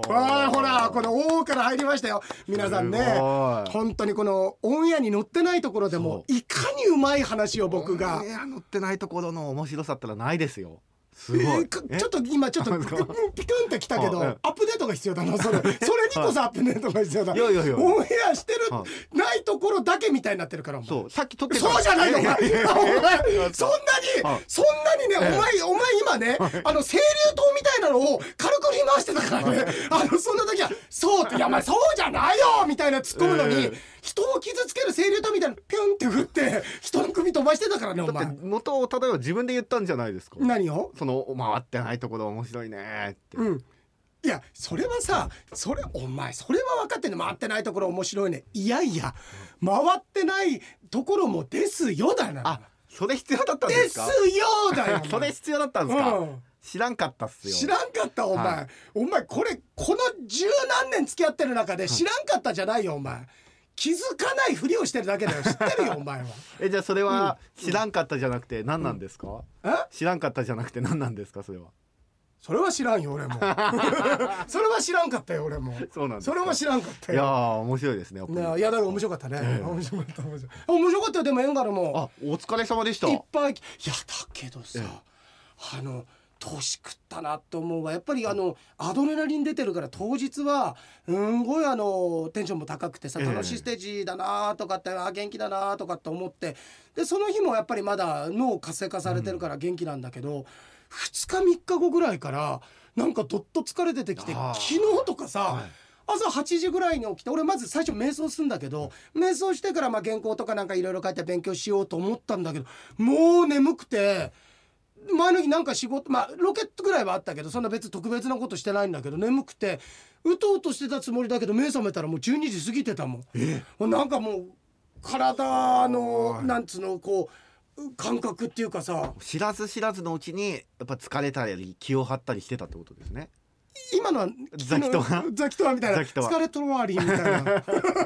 ほらこの「お」から入りましたよ皆さんね。本当にこのオンエアに載ってないところでもいかにうまい話を僕が。 オンエア載ってないところの面白さったらないですよ。すごい。 ちょっと今ちょっとピクンってきたけどアップデートが必要だなそれにこそアップデートが必要だ。 いやオンエアしてるないところだけみたいになってるから。 そうさっき撮ってた。 そうじゃないのお前そんなにねお前今ね清流灯みたいなのを軽く振り回してたからねそんな時はそうっていやまあそうじゃないよみたいな突っ込むのに人を傷つける清流灯みたいなピュンって振って人の首飛ばしてたからねお前。 だって元を例えば自分で言ったんじゃないですか。 何をその回ってないところ面白いねって。 いやそれはさお前それは分かってんの回ってないところ面白いね。いや回ってないところもですよだな。 あそれ必要だったんですか。 ですよだよそれ必要だったんですか。知らんかったっすよ。 知らんかったお前、お前この十何年付き合ってる中で知らんかったじゃないよお前。気づかないふりをしてるだけだよ知ってるよお前は。 じゃあそれは知らんかったじゃなくて何なんですか。知らんかったじゃなくて何なんですかそれは。 それは知らんよ俺もそれは知らんかったよ俺も。 そうなんですか。 それは知らんかったよ。 いや面白いですね。 いやだから面白かったね、面白かったよ。でもエンガルもお疲れ様でした。 いっぱい。いやだけどさ、年食ったなって思うわやっぱりアドレナリン出てるから当日はすごいテンションも高くてさ楽しいステージだなとかって元気だなとかって思ってでその日もやっぱりまだ脳活性化されてるから元気なんだけど、2日3日後ぐらいからなんかどっと疲れてきて昨日とかさ、朝8時ぐらいに起きて俺まず最初瞑想するんだけど瞑想してから原稿とかなんかいろいろ書いて勉強しようと思ったんだけどもう眠くて前の日なんか仕事ロケットぐらいはあったけどそんな別特別なことしてないんだけど眠くてうとうとしてたつもりだけど目覚めたらもう12時過ぎてたもん。なんかもう体のなんつうのこう感覚っていうかさ知らず知らずのうちにやっぱ疲れたり気を張ったりしてたってことですね。 今のはザキトワみたいな疲れとワーリーみたいな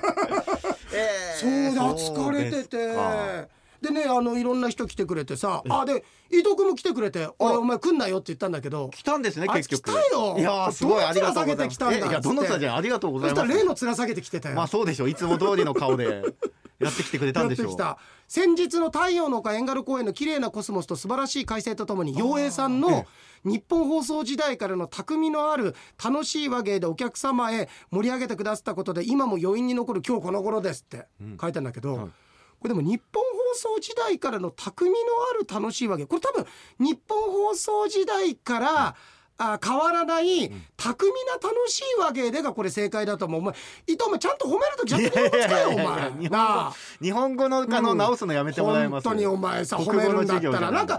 そうだ疲れててでねいろんな人来てくれてさで伊藤君も来てくれてお前来んなよって言ったんだけど来たんですね結局。 来たよ。 いやすごいありがとうございます。 いやどの面ありがとうございます。 そしたら例の面下げてきてたよ。 まあそうでしょういつも通りの顔でやってきてくれたんでしょう。 先日の太陽の丘エンガル公園の綺麗なコスモスと素晴らしい快晴とともに陽平さんの日本放送時代からの匠のある楽しい話芸でお客様へ盛り上げてくださったことで今も余韻に残る今日この頃ですって書いてあるんだけど、これでも日本放送時代からの匠のある楽しい話芸これ多分日本放送時代から変わらない巧みな楽しい話芸でがこれ正解だと思う。お前伊藤お前ちゃんと褒めると逆に日本語使えよお前。 日本語の直すのやめてもらえます。 本当にお前さ褒めるんだったらなんか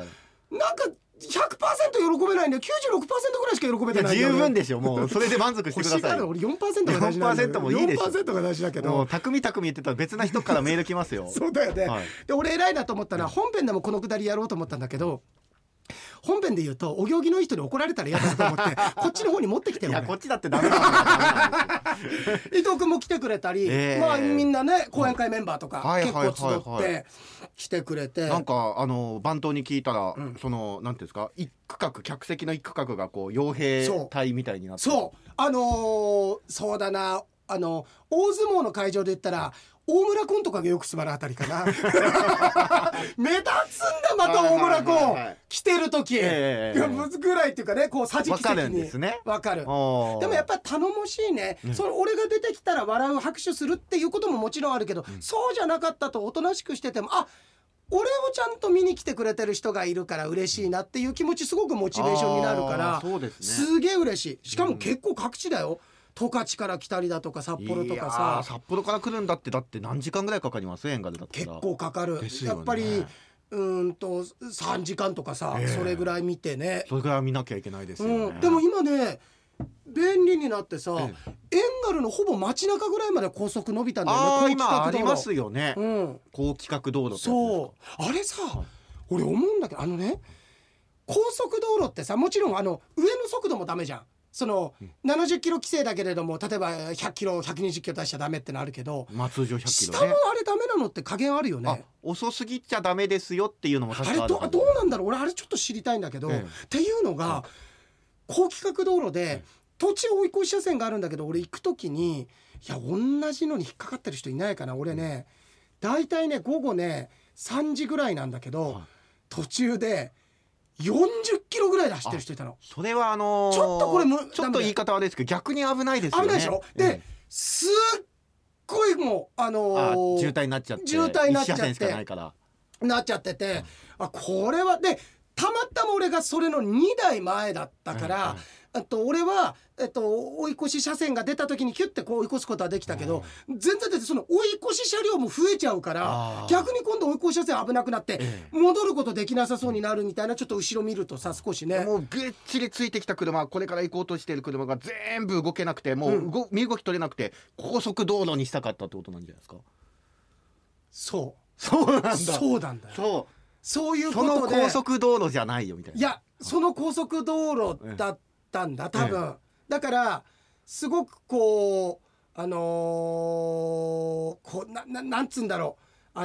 100% 喜べないんだよ。 96% ぐらいしか喜べてないんだよ。 十分でしょもうそれで満足してください。 俺 4% が大事なんだよ。 4% もいいでしょ。 4% が大事だけどもう匠言ってたら別な人からメール来ますよそうだよね、で俺偉いなと思ったら本編でもこのくだりやろうと思ったんだけど本編で言うとお行儀のいい人に怒られたら嫌だと思ってこっちの方に持ってきてる。 いやこっちだってダメだ伊藤君も来てくれたり、みんなね講演会メンバーとか結構集って来てくれて、 なんか番頭に聞いたら、そのなんていうんですか一区画客席の一区画がこう傭兵隊みたいになってそうだな大相撲の会場で言ったら大村君とかがよく座るあたりかな目立つんだまた大村君来てる時、ぐらいっていうかねこう桟敷席に分かるんですね。分かる。でもやっぱり頼もしいね、俺が出てきたら笑う拍手するっていうことももちろんあるけど、そうじゃなかったとおとなしくしてても俺をちゃんと見に来てくれてる人がいるから嬉しいなっていう気持ちすごくモチベーションになるから、すげえ嬉しい。しかも結構各地だよ。十勝から来たりだとか札幌とかさ。 札幌から来るんだって何時間ぐらいかかりますエンガルだったら。 結構かかる、やっぱり3時間とかさ、それぐらい見てね。 それぐらい見なきゃいけないですよね、 でも今ね便利になってさ、エンガルのほぼ街中ぐらいまで高速伸びたんだよね。 今ありますよね、高規格道路ってやつですか。 そうあれさ、俺思うんだけど高速道路ってさもちろん上の速度もダメじゃん。その70キロ規制だけれども例えば100キロ120キロ出しちゃダメってのあるけど、 通常100キロね。 下もあれダメなのって加減あるよね。 遅すぎちゃダメですよっていうのも確かある。 どうなんだろう。俺あれちょっと知りたいんだけど、っていうのが高規格道路で途中追い越し車線があるんだけど、俺行く時にいや同じのに引っかかってる人いないかな。俺ねだいたいね午後ね3時ぐらいなんだけど、はい、途中で40キロぐらいで走ってる人いたの。 それはちょっとこれちょっと言い方はあれですけど逆に危ないですよね。 危ないでしょ。で、すっごいもう渋滞になっちゃって1車線しかないからなっちゃってて、これはでたまたま俺がそれの2台前だったから、俺は、追い越し車線が出た時にキュッてこう追い越すことはできたけど、全然だってその追い越し車両も増えちゃうから逆に今度追い越し車線危なくなって戻ることできなさそうになるみたいな。ちょっと後ろ見るとさ少しねもうぐっちりついてきた車、これから行こうとしている車が全部動けなくてもう身動き取れなくて高速道路にしたかったってことなんじゃないですか。 そうなんだ。そういうことでその高速道路じゃないよみたいな。 いやその高速道路だったんだ多分、だからすごくこうなんつうんだろう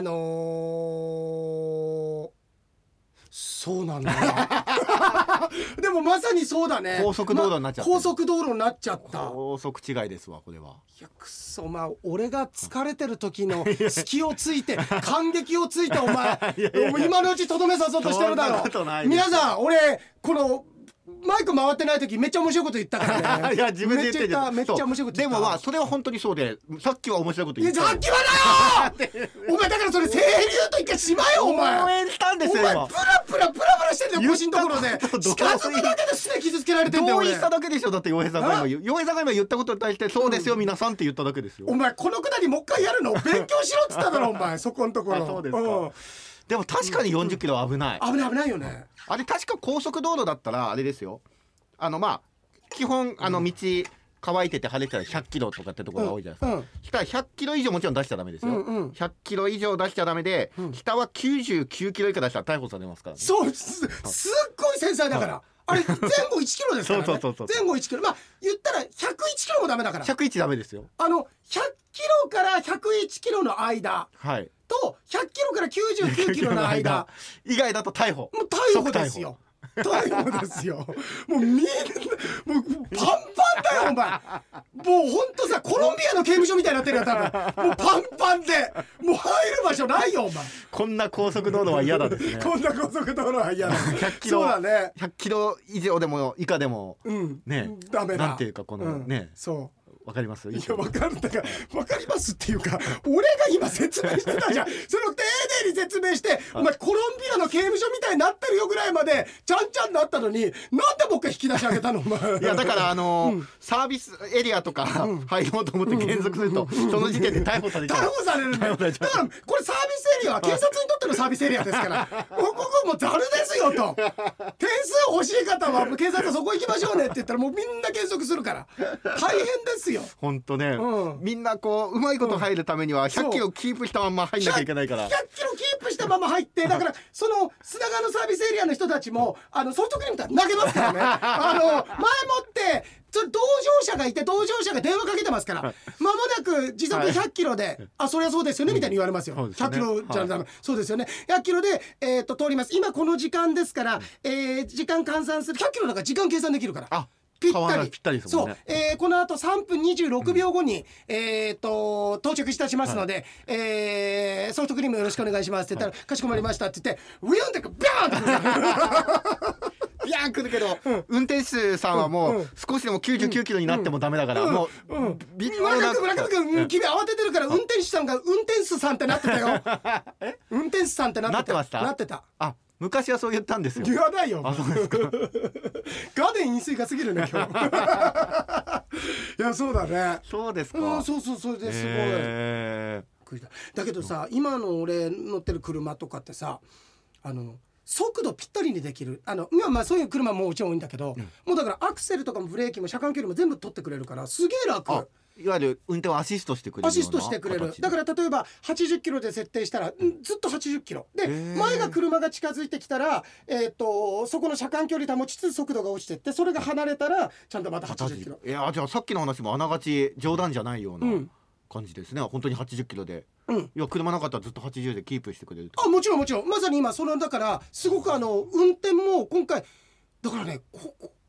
そうなんだでもまさにそうだね。 高速道路になっちゃった、 高速道路になっちゃった。 高速違いですわこれは。 いやくそ、俺が疲れてる時の隙をついて感激をついてお前今のうちとどめさそうとしてるだろ。皆さん俺このマイク回ってない時めっちゃ面白いこと言ったからね。 いや自分で言ってる。 めっちゃ面白いこと言った。 でもそれは本当にそうで、さっきは面白いこと言った。 さっきはだよお前だからそれ声優と一回しまよお前。 応援したんですよ。 お前プラプラしてんだよ腰のところで。近づくだけですね傷つけられてんだよ。 同意しただけでしょ。だって洋平さんが今言ったことに対してそうですよ皆さんって言っただけですよ。 お前このくだりもう一回やるの勉強しろっつっただろお前そこのところ。 そうですか。でも確かに40キロは危ない。 危ないよね。 あれ確か高速道路だったらあれですよ。基本道乾いてて晴れてたら100キロとかってところが多いじゃないですか。下は100キロ以上もちろん出しちゃダメですよ。100キロ以上出しちゃダメで、下は99キロ以下出したら逮捕されますからね。 そうすっごい繊細だから。あれ前後1キロですからね。前後1キロ。言ったら101キロもダメだから。 101ダメですよ。 100キロから101キロの間。と100キロから99キロの間以外だと逮捕。 もう逮捕ですよ。逮捕ですよ。もうみんなもうパンパンだよお前。もうほんとさコロンビアの刑務所みたいになってるよ多分。もうパンパンでもう入る場所ないよお前。 こんな高速道路は嫌だですね。 こんな高速道路は嫌だ。 100キロ、 そうだね。 100キロ以上でも以下でも、ねダメだ。 なんていうかこのね。 そう。 わかります。 いやわかるだからわかりますっていうか俺が今説明してたじゃん。それを丁寧に説明してお前コロンビアの刑務所みたいになってるよぐらいまでちゃんなったのになんでもう一回引き出し上げたのお前。 いやだからサービスエリアとか入ろうと思って減速するとその時点で逮捕されちゃう。 逮捕されるんだよ。だからこれサービスエリアは警察にとってのサービスエリアですからここもうざるですよと。点数欲しい方は警察はそこ行きましょうねって言ったらもうみんな減速するから大変ですよ。 本当ね、みんなこううまいこと入るためには100キロキープしたまま入んなきゃいけないから。 100キロキープしたまま入ってだからその砂川のサービスエリアの人たちもソフトクリームと投げますからね。前もって同乗者がいて同乗者が電話かけてますから間もなく時速100キロでそりゃそうですよねみたいに言われますよ。100キロじゃダメ。そうですよね。100キロで通ります。今この時間ですから時間換算する100キロだから時間計算できるから。ぴったりですもんね。そう、この後3分26秒後に、到着いたしますので、ソフトクリームよろしくお願いしますって言ったら、かしこまりましたって言ってウィーンってビャーンってビャーン来るけど、運転手さんはもう少しでも99キロになってもダメだから、もう村上君君慌ててるから運転手さんが運転手さんってなってたよ。運転手さんってなってました。なってた。 昔はそう言ったんですよ。 言わないよ。 そうですか。 ガーデン飲水が過ぎるね今日。いやそうだね。 そうですか。 そうそれですごい。だけどさ今の俺乗ってる車とかってさ速度ぴったりにできる今そういう車ももちろん多いんだけど、もうだからアクセルとかもブレーキも車間距離も全部取ってくれるからすげえ楽。 いわゆる運転をアシストしてくれるようなアシストしてくれる。だから例えば80キロで設定したらずっと80キロで前が車が近づいてきたらそこの車間距離保ちつつ速度が落ちてってそれが離れたらちゃんとまた80キロ。 いやじゃあさっきの話もあながち冗談じゃないような感じですね。本当に80キロで、いや車なかったらずっと80でキープしてくれると。 もちろんまさに今そのだからすごく運転も今回だからね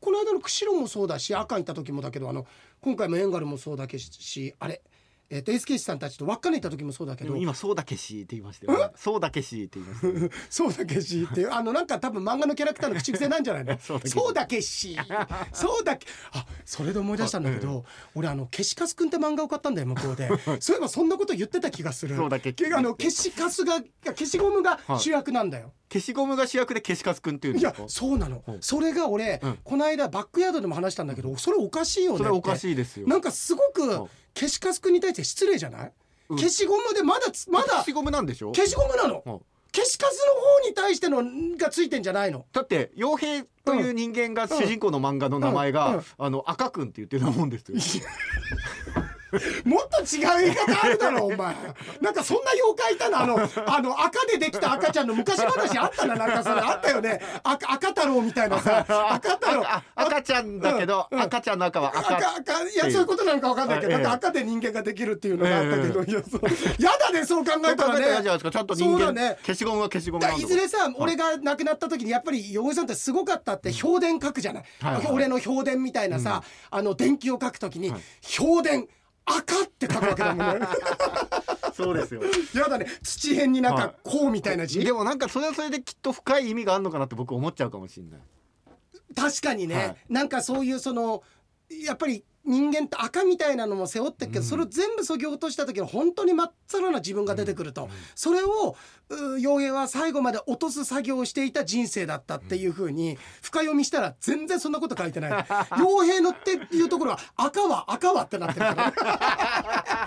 この間の釧路もそうだし、赤行った時もだけど、今回もエンガルもそうだけし、あれエースケイシさんたちと稚内行った時もそうだけど、 今そうだけしって言いましたよ。そうだけしって言いましたよ。 そうだけしってなんか多分漫画のキャラクターの口癖なんじゃないのそうだけしそうだけ、それで思い出したんだけど、俺消しカスくんって漫画を買ったんだよ向こうでそういえばそんなこと言ってた気がする。 そうだけ消しカスが消しゴムが主役なんだよ、 消しゴムが主役で消しカスくんっていうんですか。 いやそうなの、それが俺、この間バックヤードでも話したんだけど、それおかしいよねって。 それおかしいですよ。 なんかすごく消しカスくんに対して失礼じゃない、消しゴムでまだ消しゴムなんでしょ。 消しゴムなの、消しカスの方に対してのがついてんじゃないの。 だって傭兵という人間が主人公の漫画の名前が赤くんって言ってるもんですよ。 もっと違う言い方あるだろお前。なんかそんな妖怪いたな、赤でできた赤ちゃんの昔話あったな、なんかそれあったよね。赤太郎みたいなさ、赤太郎赤ちゃんだけど、赤ちゃんの赤は赤いやそういうことなのか分かんないけど、なんか赤で人間ができるっていうのがあったけど、いやだね、そう考えたらね。 嫌じゃないですか。ちゃんと人間、消しゴムは消しゴムなんだ。 いずれさ、俺が亡くなった時にやっぱり洋平さんってすごかったって評伝書くじゃない、俺の評伝みたいなさ、伝記を書く時に評伝赤って書くわけだもんねそうですよ。 やだね、土辺になんかこうみたいな字、 でもなんかそれはそれできっと深い意味があるのかなって僕思っちゃうかもしれない。 確かにね、なんかそういうやっぱり人間って赤みたいなのも背負ってるけど、それを全部そぎ落とした時に本当に真っ青な自分が出てくると、それを陽平は最後まで落とす作業をしていた人生だったっていう風に深読みしたら全然そんなこと書いてない陽平のっていうところは赤はってなってるから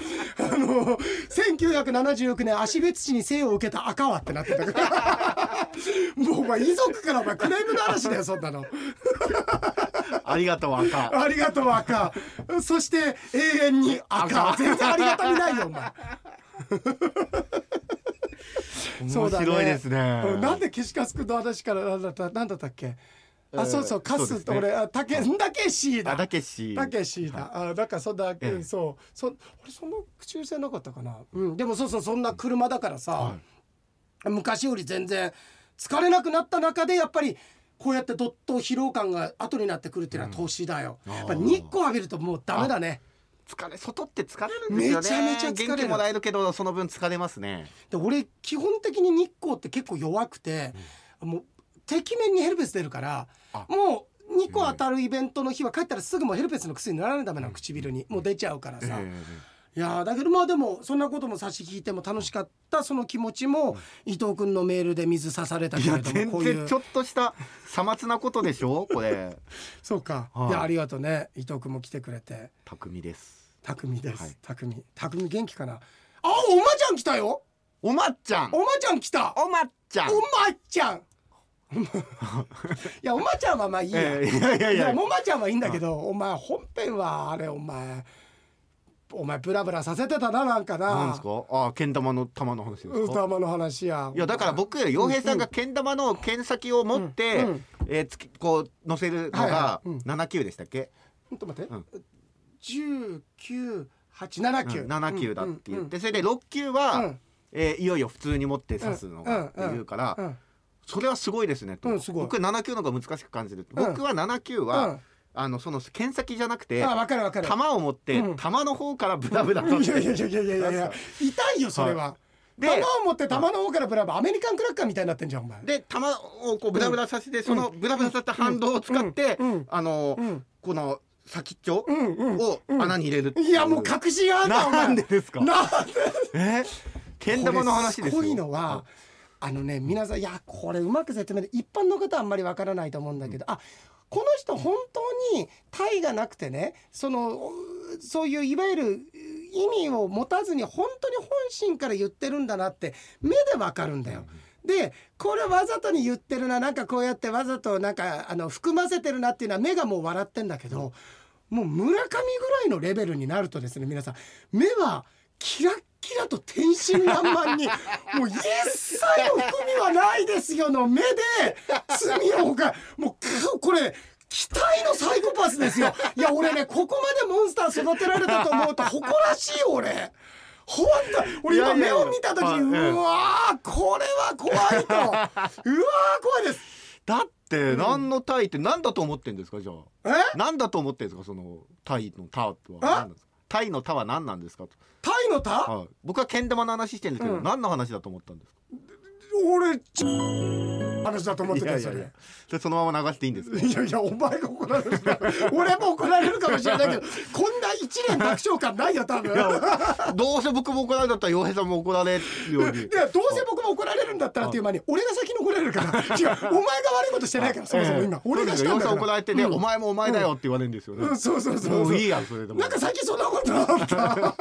1979年芦別市に生を受けた赤はってなってたからもうお前遺族からクレームの嵐だよそんなのありがとう赤、 ありがとう赤、そして永遠に赤、全然ありがたみないよお前面白いですね。 なんで消しカスくんの話からなんだったっけ、そうカスと俺たけしだだからそんな俺そんな口癖なかったかな、でもそんな車だからさ、昔より全然疲れなくなった中でやっぱりこうやってどっと疲労感が後になってくるっていうのは投資だよ、やっぱ日光浴びるともうダメだね。 外って疲れるんですよね。 めちゃめちゃ疲れる。 元気もらえるけどその分疲れますね。 で俺基本的に日光って結構弱くて、もうてきめんにヘルペス出るから、もう日光当たるイベントの日は帰ったらすぐもうヘルペスの薬塗らないとダメなの、唇にもう出ちゃうからさ、いやだけどでもそんなことも差し引いても楽しかったその気持ちも、伊藤君のメールで水差されたけれども、 全然ちょっとしたさまつなことでしょこれそうか、いやありがとうね、伊藤君も来てくれて。 匠です。 匠元気かな。おまちゃん来たよ。 おまっちゃん来た。おまちゃんいやおまちゃんはまあいいや、いやおまちゃんはいいんだけど、お前本編はあれお前ブラブラさせてたな、なんかな。 なんですか。けん玉の玉の話ですか。 玉の話や。 いやだから僕陽平さんがけん玉の剣先を持ってこう乗せるのが7級でしたっけ。 ちょっと待って、19、8、7級 7級だって言って、それで6級はいよいよ普通に持って刺すのがって言うから、それはすごいですねと。僕7級の方が難しく感じる。僕は7級はその剣先じゃなくて玉を持って玉の方からブラブラと。 いや痛いよそれは。玉を持って玉の方からブラブラ、アメリカンクラッカーみたいになってんじゃんお前。 で玉をこうブラブラさせて、そのブラブラさせた反動を使ってこの先っちょを穴に入れる。 いやもう確信あんだお前。 なんでですか。けん玉の話ですよ。 すごいのは皆さん、いやこれうまく説明で一般の方はあんまりわからないと思うんだけど、この人本当に体がなくてね、そういういわゆる意味を持たずに本当に本心から言ってるんだなって目でわかるんだよ。でこれわざとに言ってるな、なんかこうやってわざとなんか含ませてるなっていうのは目がもう笑ってんだけど、もう村上ぐらいのレベルになるとですね、皆さん目はキラッキラと天真爛漫にもう一切の含みはないですよの目で罪を犯もうこれ期待のサイコパスですよ。いや俺ね、ここまでモンスター育てられたと思うと誇らしい俺。本当俺今目を見た時にうわーこれは怖いとうわー怖いです。 だっって何のタイって何だと思ってんですか？じゃあ何だと思ってんですか？そのタイのタは何なんですか？タイのタは何なんですかと。 タイのタ、 はい、僕はけん玉の話してるんですけど、何の話だと思ったんですか？ 俺話だと思ってたんですよね。 そのまま流していいんですか？ いやいや、お前が怒られる俺も怒られるかもしれないけどこんな一年爆笑感ないよ多分。 どうせ僕も怒られるんだったら洋平さんも怒られるように。 いや、どうせ僕も怒られるんだったらっていう前に俺が先に怒られるから違う、お前が悪いことしてないからそもそも今俺がしたんだから。 怒られてね、お前もお前だよって言われるんですよね。 そうそうそう。 もういいやそれでも。 なんか最近そんなことあった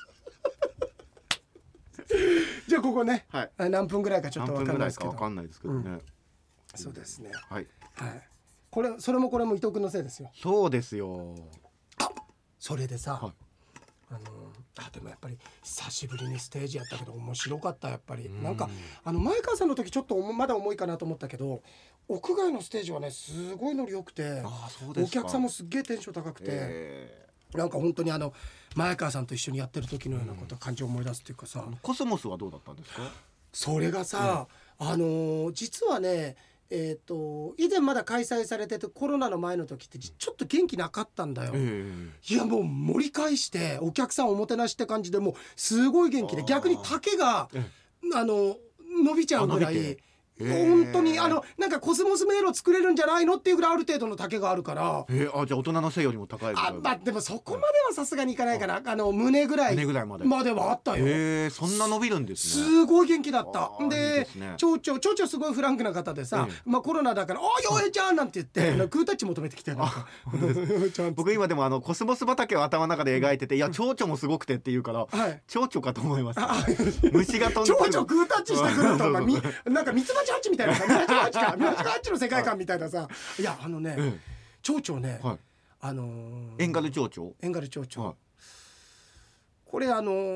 じゃあここね、何分ぐらいかちょっと分かんないですけど。 分かんないですけどね。 そうですね。 はい。 これそれもこれも伊藤君のせいですよ。 そうですよ。 それでさ、でもやっぱり久しぶりにステージやったけど面白かったやっぱり。なんか前川さんの時ちょっとまだ重いかなと思ったけど、屋外のステージはねすごいノリ良くて、お客さんもすっげえテンション高くて、なんか本当に前川さんと一緒にやってる時のようなこと感じを思い出すっていうかさ。 コスモスはどうだったんですか？ それがさ、実はね以前まだ開催されててコロナの前の時ってちょっと元気なかったんだよ。いやもう盛り返してお客さんおもてなしって感じでもうすごい元気で、逆に丈が伸びちゃうぐらい。本当になんかコスモス迷路作れるんじゃないのっていうぐらいある程度の丈があるから。 じゃあ大人の背よりも高い。 でもそこまではさすがにいかないかな。胸ぐらいまではあったよ。 そんな伸びるんですね。 すごい元気だった。で町長すごいフランクな方でさ、コロナだから「おい洋平ちゃん」なんて言ってグータッチ求めてきて。 僕今でもコスモス畑を頭の中で描いてて、いや蝶々もすごくてって言うから蝶々かと思います。虫が飛んで蝶々グータッチしてくるとなんかミツバチハッチみたいなさ、ミツバチハッチの世界観みたいなさ。いや蝶々ね、 エンガル蝶々。 エンガル蝶々。これ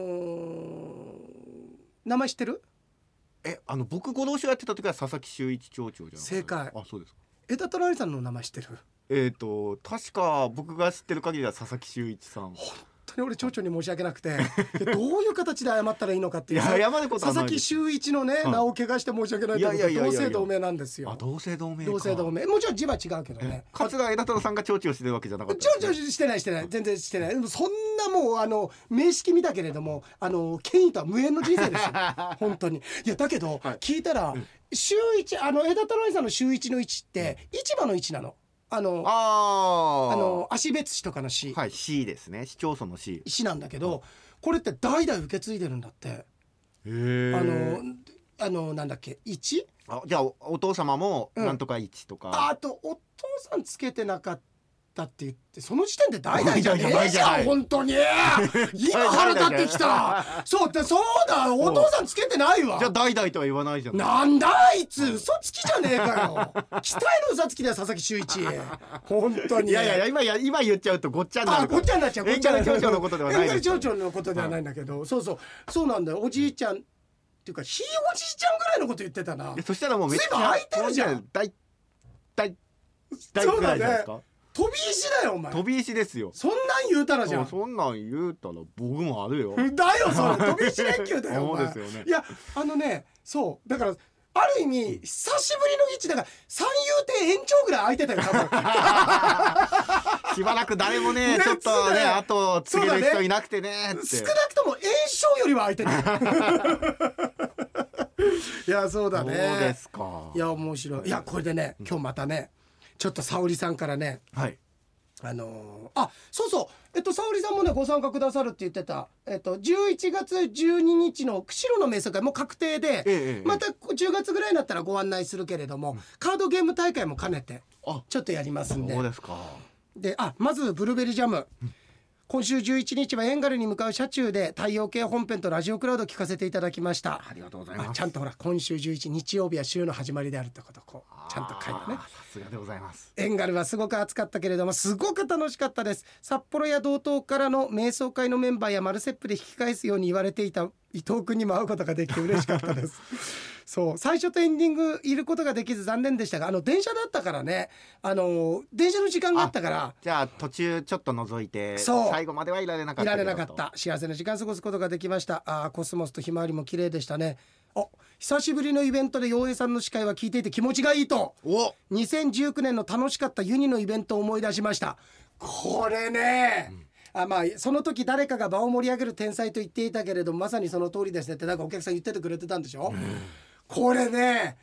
名前知ってる？ 僕ご老師をやってた時は佐々木修一蝶々じゃん。 正解。 そうですか。 枝虎兄さんの名前知ってる？ 確か僕が知ってる限りは佐々木修一さん。 本当に俺町長に申し訳なくてどういう形で謝ったらいいのかっていう。 謝ることはない。 佐々木修一のね名を汚して申し訳ないけど同姓同名なんですよ。 同姓同名。 同姓同名。もちろん字は違うけどね。 桂枝虎さんが町長してるわけじゃなかった。 町長してない全然してない。そんなもう名式見たけれども権威とは無縁の人生ですよ本当に。いやだけど聞いたら修一枝虎兄さんの修一の一って市場の市なの。芦別市とかの市、 市ですね。市町村の市なんだけど、これって代々受け継いでるんだって。なんだっけ一？ じゃあお父様もなんとか一とか。 あとお父さんつけてなかったって言ってその時点で代々じゃねえじゃん本当に。今腹立ってきた。そうだお父さんつけてないわ。 じゃあ代々とは言わないじゃん。 なんだあいつ嘘つきじゃねえかよ。期待の嘘つきだよ佐々木修一。本当に。 いや今言っちゃうとごっちゃになる。 ごっちゃになっちゃう。 エンガル町長のことではないです。 エンガル町長のことではないんだけど、そうなんだよ。おじいちゃんっていうかひいおじいちゃんぐらいのこと言ってたな。 そしたらもうめっちゃ空いてるじゃん。 大そうだね。 ぐらいじゃないですか。 飛び石だよお前。 飛び石ですよ。 そんなん言うたらじゃん。 そんなん言うたら僕もあるよ。 だよそれ飛び石連休だよお前。 そうですよね。 いやそうだからある意味久しぶりの位置だから三遊亭延長ぐらい空いてたよ多分。 しばらく誰もねちょっとね後を継げる人いなくてねって。 少なくとも炎症よりは空いてた。いやそうだね。 そうですか。 いや面白い。いやこれでね今日またねちょっと沙織さんからね、そう沙織さんもねご参加くださるって言ってた11月12日の釧路の瞑想会もう確定で、また10月ぐらいになったらご案内するけれども、カードゲーム大会も兼ねてちょっとやりますんで。 そうですか。 でまずブルーベリージャム、今週11日はエンガルに向かう車中で太陽系本編とラジオクラウド聞かせていただきました。 ありがとうございます。 ちゃんとほら今週11日曜日は週の始まりであるってことちゃんと書いてね。 さすがでございます。 エンガルはすごく暑かったけれどもすごく楽しかったです。札幌や道東からの瞑想会のメンバーやマルセップで引き返すように言われていた伊藤君にも会うことができて嬉しかったですそう最初とエンディングいることができず残念でしたが電車だったからね電車の時間があったからじゃあ途中ちょっと覗いて最後まではいられなかった。 幸せな時間過ごすことができました。コスモスとひまわりも綺麗でしたね。 久しぶりのイベントで洋平さんの司会は聞いていて気持ちがいいと。2019年の楽しかったユニのイベントを思い出しました。これね、その時誰かが場を盛り上げる天才と言っていたけれどまさにその通りですねってなんかお客さん言っててくれてたんでしょ、これね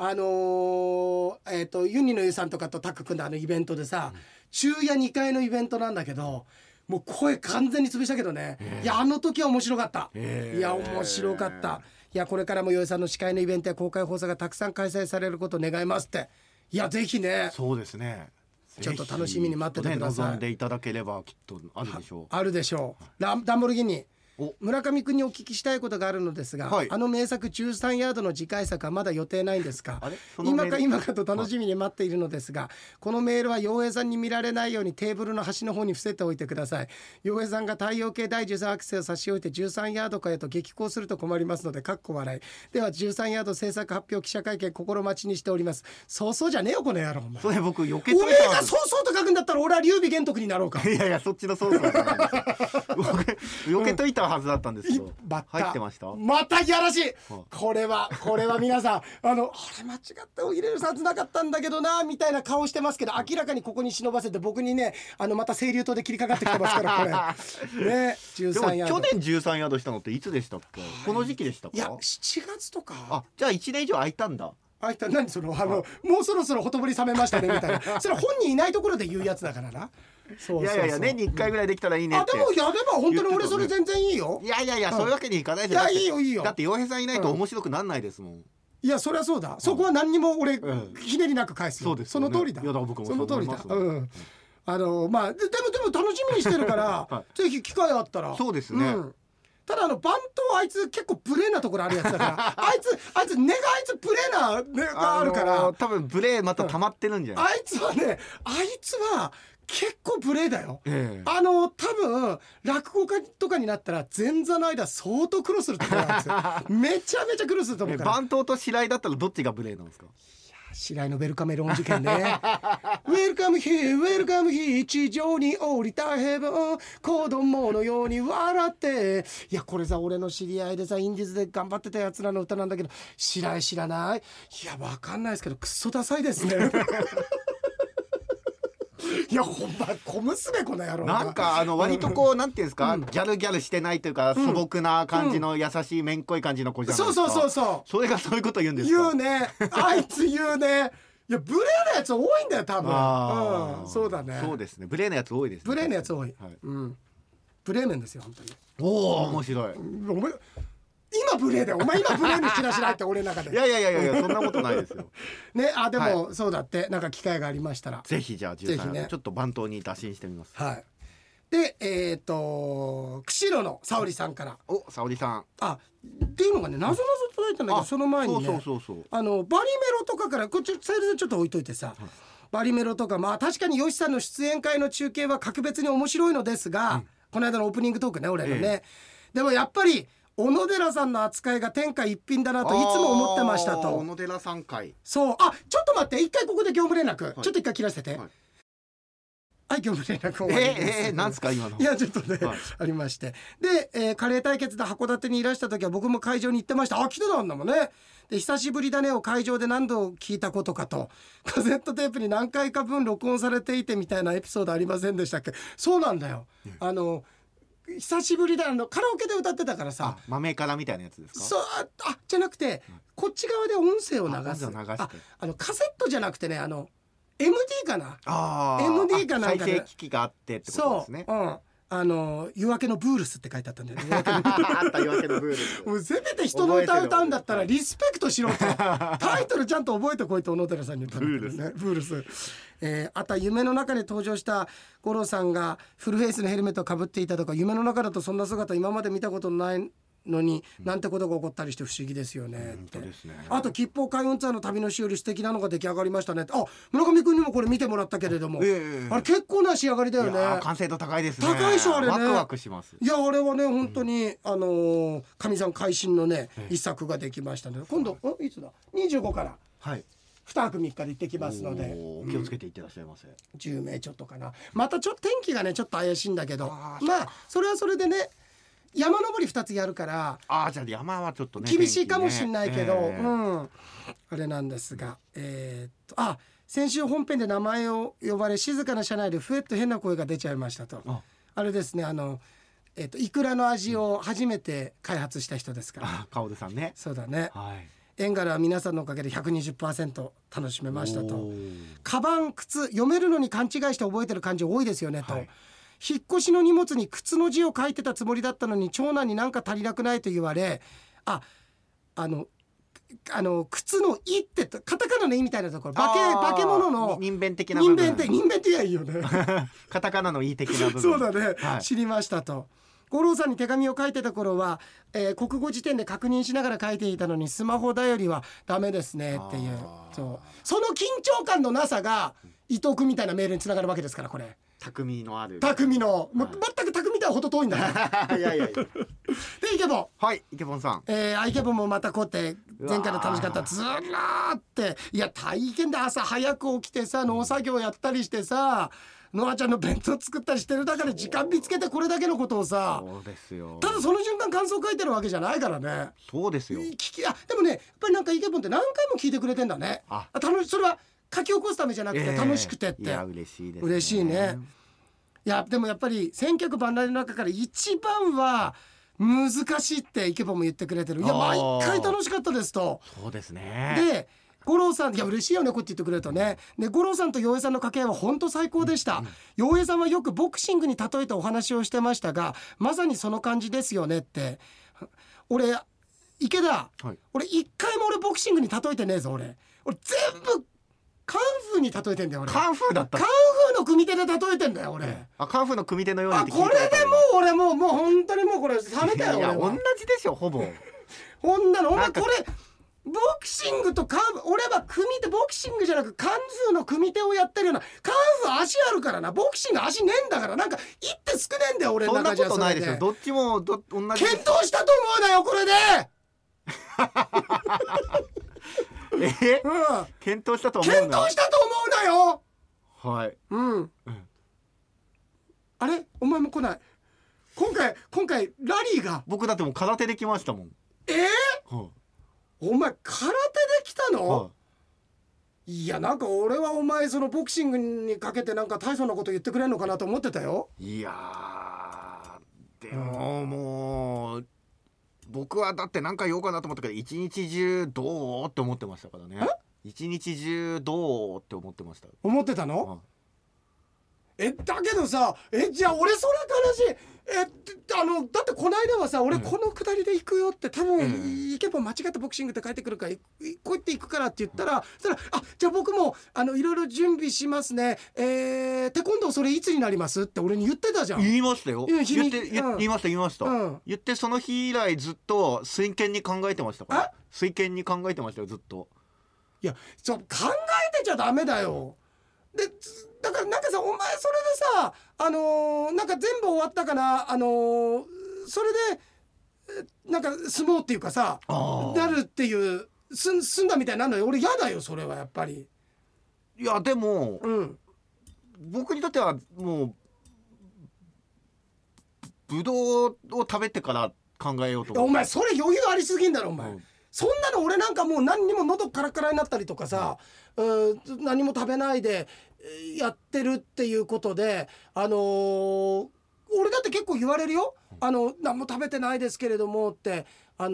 ユニの湯さんとかとタッグ組んだイベントでさ、昼夜2回のイベントなんだけどもう声完全に潰したけどね、いやあの時は面白かった、いや面白かった。いやこれからも洋平さんの司会のイベントや公開放送がたくさん開催されることを願いますって。いやぜひね、 そうですね、 ちょっと楽しみに待っててください。 望んでいただければきっとあるでしょう。 あるでしょう。ダンボルギーニ村上くんにお聞きしたいことがあるのですが、あの名作13ヤードの次回作はまだ予定ないんですか？今かと楽しみに待っているのですが、このメールは洋平さんに見られないようにテーブルの端の方に伏せておいてください。洋平さんが太陽系第13アクセを差し置いて13ヤードかへと激高すると困りますので笑い。では13ヤード制作発表記者会見心待ちにしております。そうじゃねえよこの野郎。 それ僕避けといた。 おめえがそうと書くんだったら俺は劉備玄徳になろうか。 いやそっちのそうじゃないです避けといたはずだったんですけど、入ってました。 またいやらしい、これは皆さんあれ間違って入れるはずなかったんだけどなみたいな顔してますけど、明らかにここに忍ばせて僕にねまた清流島で切りかかってきてますからこれね13ヤード。 でも去年13ヤードしたのっていつでしたっけ？この時期でしたか？ いや7月とか。 じゃあ1年以上空いたんだ。 何そのもうそろそろほとぼり冷めましたねみたいなそれは本人いないところで言うやつだからな。 いや年に1回ぐらいできたらいいねって。 でもやれば本当に俺それ全然いいよ。 いやそういうわけにいかないですよ。 いいよだって洋平さんいないと面白くなんないですもん。 いやそりゃそうだ、そこは何にも俺ひねりなく返すよ。その通りだ。 いや僕もその通りだ。でも楽しみにしてるからぜひ機会あったら。 そうですね。 ただバントあいつ結構ブレーなところあるやつだからあいつ根がブレーな根があるから、 多分ブレーまた溜まってるんじゃない？ あいつは結構ブレーだよ。多分落語家とかになったら前座の間相当苦労すると思うあいつめちゃめちゃ苦労すると思うから。 番頭と白井だったらどっちがブレーなんですか？ 白井のウェルカメロン事件ねウェルカムヒーウェルカムヒー地上に降りたヘブン子供のように笑って。いやこれさ俺の知り合いでさインディーズで頑張ってたやつらの歌なんだけど白井知らない？いやわかんないですけどクソダサいですねいやほんま小娘この野郎。 なんか割となんていうんですか、ギャルしてないというか素朴な感じの優しいめんこい感じの子じゃないですか。 そうそれがそういうこと言うんですか？ 言うねあいつ言うね。いやブレーなやつ多いんだよ多分。そうだね。 そうですね、ブレーなやつ多いですね。 ブレーなやつ多い。ブレーメンですよ本当に。 面白い。 今ブレーだよお前。今ブレーにしなしないって俺の中で。 いやそんなことないですよね。でもそうだってなんか機会がありましたらぜひじゃあ13ねちょっと番頭に打診してみます。 で釧路の沙織さんから沙織さんっていうのがね謎届いたんだけど、その前にねバリメロとかからこっちサイズちょっと置いといてさ、バリメロとか確かにヨシさんの出演会の中継は格別に面白いのですが、この間のオープニングトークね俺のね、でもやっぱり小野寺さんの扱いが天下一品だなといつも思ってましたと。 小野寺さん会。 そうちょっと待って一回ここで業務連絡、ちょっと一回切らせて。業務連絡終わりです。 なんですか今の。 いやちょっとね、ありましてで、カレー対決で函館にいらした時は僕も会場に行ってました。来てたんだもんね。で久しぶりだねを会場で何度聞いたことかと、カセットテープに何回か分録音されていてみたいなエピソードありませんでしたっけ？そうなんだよ。久しぶりだカラオケで歌ってたからさ。 豆からみたいなやつですか？ そうじゃなくて、こっち側で音声を流す。カセットじゃなくてねMD かな。MD かなんかで再生機器があってってことですね。 夜明けのブールスって書いてあったんだよね。 あった夜明けのブールス。 もうせめて人の歌うんだったらリスペクトしろってタイトルちゃんと覚えてこいと小野寺さんに言ったんだけどね。ブールス。あとは夢の中で登場した五郎さんがフルフェイスのヘルメットをかぶっていたとか、夢の中だとそんな姿今まで見たことないのに、なんてことが起こったりして不思議ですよねって。あと吉報開運ツアーの旅のしおり素敵なのが出来上がりましたねって。村上くんにもこれ見てもらったけれども、あれ結構な仕上がりだよね。 完成度高いですね。 高いでしょあれね。 ワクワクします。 いやあれはね本当にかみさん会心のね一作ができましたので、今度いつだ25から2泊3日で行ってきますので、 気をつけていってらっしゃいませ。 10名ちょっとかな。またちょっと天気がねちょっと怪しいんだけど、それはそれでね山登り2つやるからじゃあ山はちょっとね厳しいかもしれないけど、あれなんですが、先週本編で名前を呼ばれ静かな車内でふえっと変な声が出ちゃいましたと。あれですね、イクラの味を初めて開発した人ですから。 カオルさんね。 そうだね。エンガルは皆さんのおかげで 120% 楽しめましたと。カバン靴読めるのに勘違いして覚えてる漢字多いですよねと。引っ越しの荷物に靴の字を書いてたつもりだったのに長男になんか足りなくないと言われ、靴の「い」ってカタカナの「い」みたいなところ、化け物の人弁的な部分、 人弁って言えばいいよねカタカナの「い」的な部分そうだね、知りましたと。五郎さんに手紙を書いてた頃は、国語辞典で確認しながら書いていたのにスマホ頼りはダメですねっていう、その緊張感のなさが伊藤君みたいなメールにつながるわけですから、これ匠のある匠の、全く匠とはほど遠いんだいやでイケボン、 イケボンさん、 イケボンもまたこうやって前回の楽しかったずらーって、いや大変で朝早く起きてさ農作業やったりしてさ、ノアちゃんの弁当作ったりしてる中で時間見つけてこれだけのことをさ、 そうですよ。 ただその瞬間感想書いてるわけじゃないからね。 そうですよ。 でもね、やっぱりなんかイケボンって何回も聞いてくれてんだね。それは書き起こすためじゃなくて楽しくてって、いや嬉しいですね。 嬉しいね。いやでもやっぱり千客万来の中から一番は難しいってイケボンも言ってくれてる。いや毎回楽しかったですと。 そうですね。 で五郎さん、いや嬉しいよねこうやって言ってくれるとね。で五郎さんと洋平さんの掛け合いは本当最高でした。洋平さんはよくボクシングに例えてお話をしてましたが、まさにその感じですよねって。俺池田、俺一回も俺ボクシングに例えてねえぞ。俺全部カンフーに例えてんだよ俺。 カンフーだった。 カンフーの組手で例えてんだよ俺。 カンフーの組手のようにって聞いてこれでもう俺もう本当にもうこれ冷めたよ。 いや同じでしょほぼ。 ほんなのお前これボクシングと俺は組手、ボクシングじゃなくカンフーの組手をやってるような。カンフー足あるからな、ボクシング足ねえんだから、なんか一手少ねえんだよ俺の中じゃ。 そんなことないですよ。どっちも同じ。 検討したと思うなよこれで検討したと思うな。 検討したと思うなよ。あれお前も来ない。今回ラリーが。 僕だってもう空手で来ましたもん。 お前空手で来たの？いやなんか俺はお前そのボクシングにかけてなんか大層なこと言ってくれんのかなと思ってたよ。 いやでももう僕はだって何か言おうかなと思ったけど、一日中どうって思ってましたからね。一日中どうって思ってました。 思ってたの？だけどさ、じゃあ俺それ悲しい。だってこの間はさ、俺このくだりで行くよって多分行けば間違ってボクシングって書いてくるからこうやって行くからって言ったら、そしたらじゃあ僕もいろいろ準備しますね。テコンドーそれいつになりますって俺に言ってたじゃん。 言いましたよ。言いました。言ってその日以来ずっと真剣に考えてましたから。真剣に考えてましたよずっと。いや考えてちゃダメだよ。でだからなんかさ、お前それでさなんか全部終わったかな、それでなんか相撲っていうかさなるっていう済んだみたいになるのよ。俺嫌だよそれはやっぱり。 いやでも、僕にとってはもうぶどうを食べてから考えようと思って。 お前それ余裕ありすぎんだろお前。そんなの俺なんかもう何にも喉カラカラになったりとかさ、何も食べないでやってるっていうことで、俺だって結構言われるよ。何も食べてないですけれどもって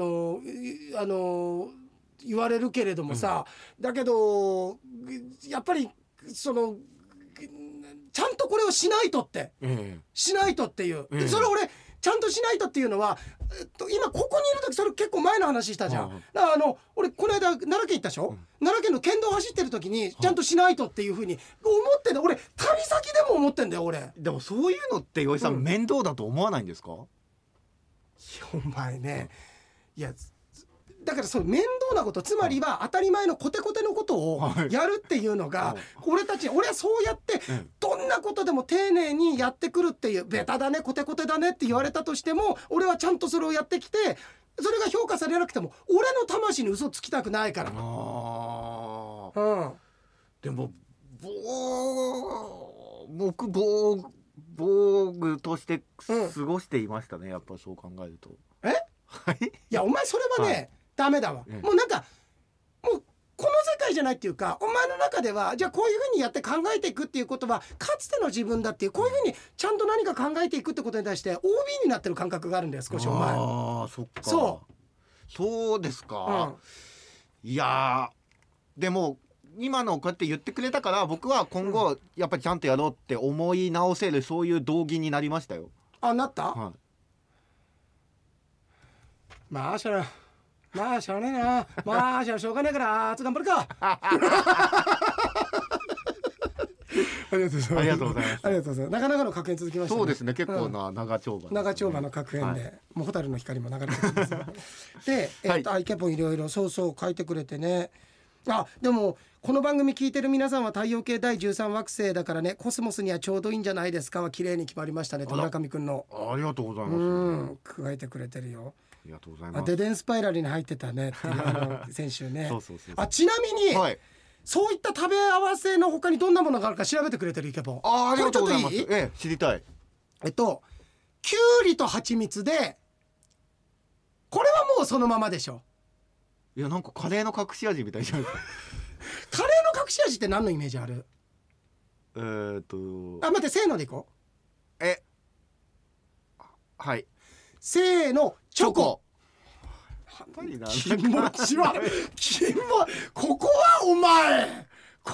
言われるけれどもさ、だけどやっぱりちゃんとこれをしないとって、しないとっていう、それ俺ちゃんとしないとっていうのは、今ここにいる時それ結構前の話したじゃん。だから俺この間奈良県行ったでしょ。奈良県の県道走ってる時にちゃんとしないとっていうふうに思ってんだ。俺旅先でも思ってんだよ俺。 でもそういうのって岩井さん、面倒だと思わないんですか？いやお前ね、いやだからそう面倒なこと、つまりは当たり前のコテコテのことをやるっていうのが、俺はそうやってどんなことでも丁寧にやってくるっていう、ベタだねコテコテだねって言われたとしても俺はちゃんとそれをやってきて、それが評価されなくても俺の魂に嘘つきたくないから。 でも僕防具として過ごしていましたね、やっぱそう考えると。 いやお前それはね、ダメだわ、もうなんかもうこの世界じゃないっていうか、お前の中ではじゃあこういう風にやって考えていくっていうことはかつての自分だっていう、こういう風にちゃんと何か考えていくってことに対して OB になってる感覚があるんだよ少しお前。 ああそっか。そうですか、いやでも今のこうやって言ってくれたから僕は今後やっぱりちゃんとやろうって思い直せる、そういう動機になりましたよ。 あ、なった、まあしょうがねえな、まあじゃあしょうがねえからあつ頑張るかありがとうございます。 ありがとうございます。 ありがとうございます。なかなかの格言続きましたね。 そうですね、結構な長丁場、 長丁場の格言で、もう蛍の光も流れてきますで、イケポンいろいろそう書いてくれてね。あ、でもこの番組聞いてる皆さんは太陽系第13惑星だからね、コスモスにはちょうどいいんじゃないですかは綺麗に決まりましたねと村上くんの。 ありがとうございます。 加えてくれてるよ。 ありがとうございます。 デデンスパイラルに入ってたねっていう先週ね。 そうちなみに、そういった食べ合わせの他にどんなものがあるか調べてくれてるイケポン。 ありがとうございます。知りたい。 きゅうりと蜂蜜で、これはもうそのままでしょ。 いやなんかカレーの隠し味みたいじゃないですか。 カレーの隠し味って何のイメージある？待って、せーのでいこう。はい。せーの、チョコ。気持ち悪い。ここはお前。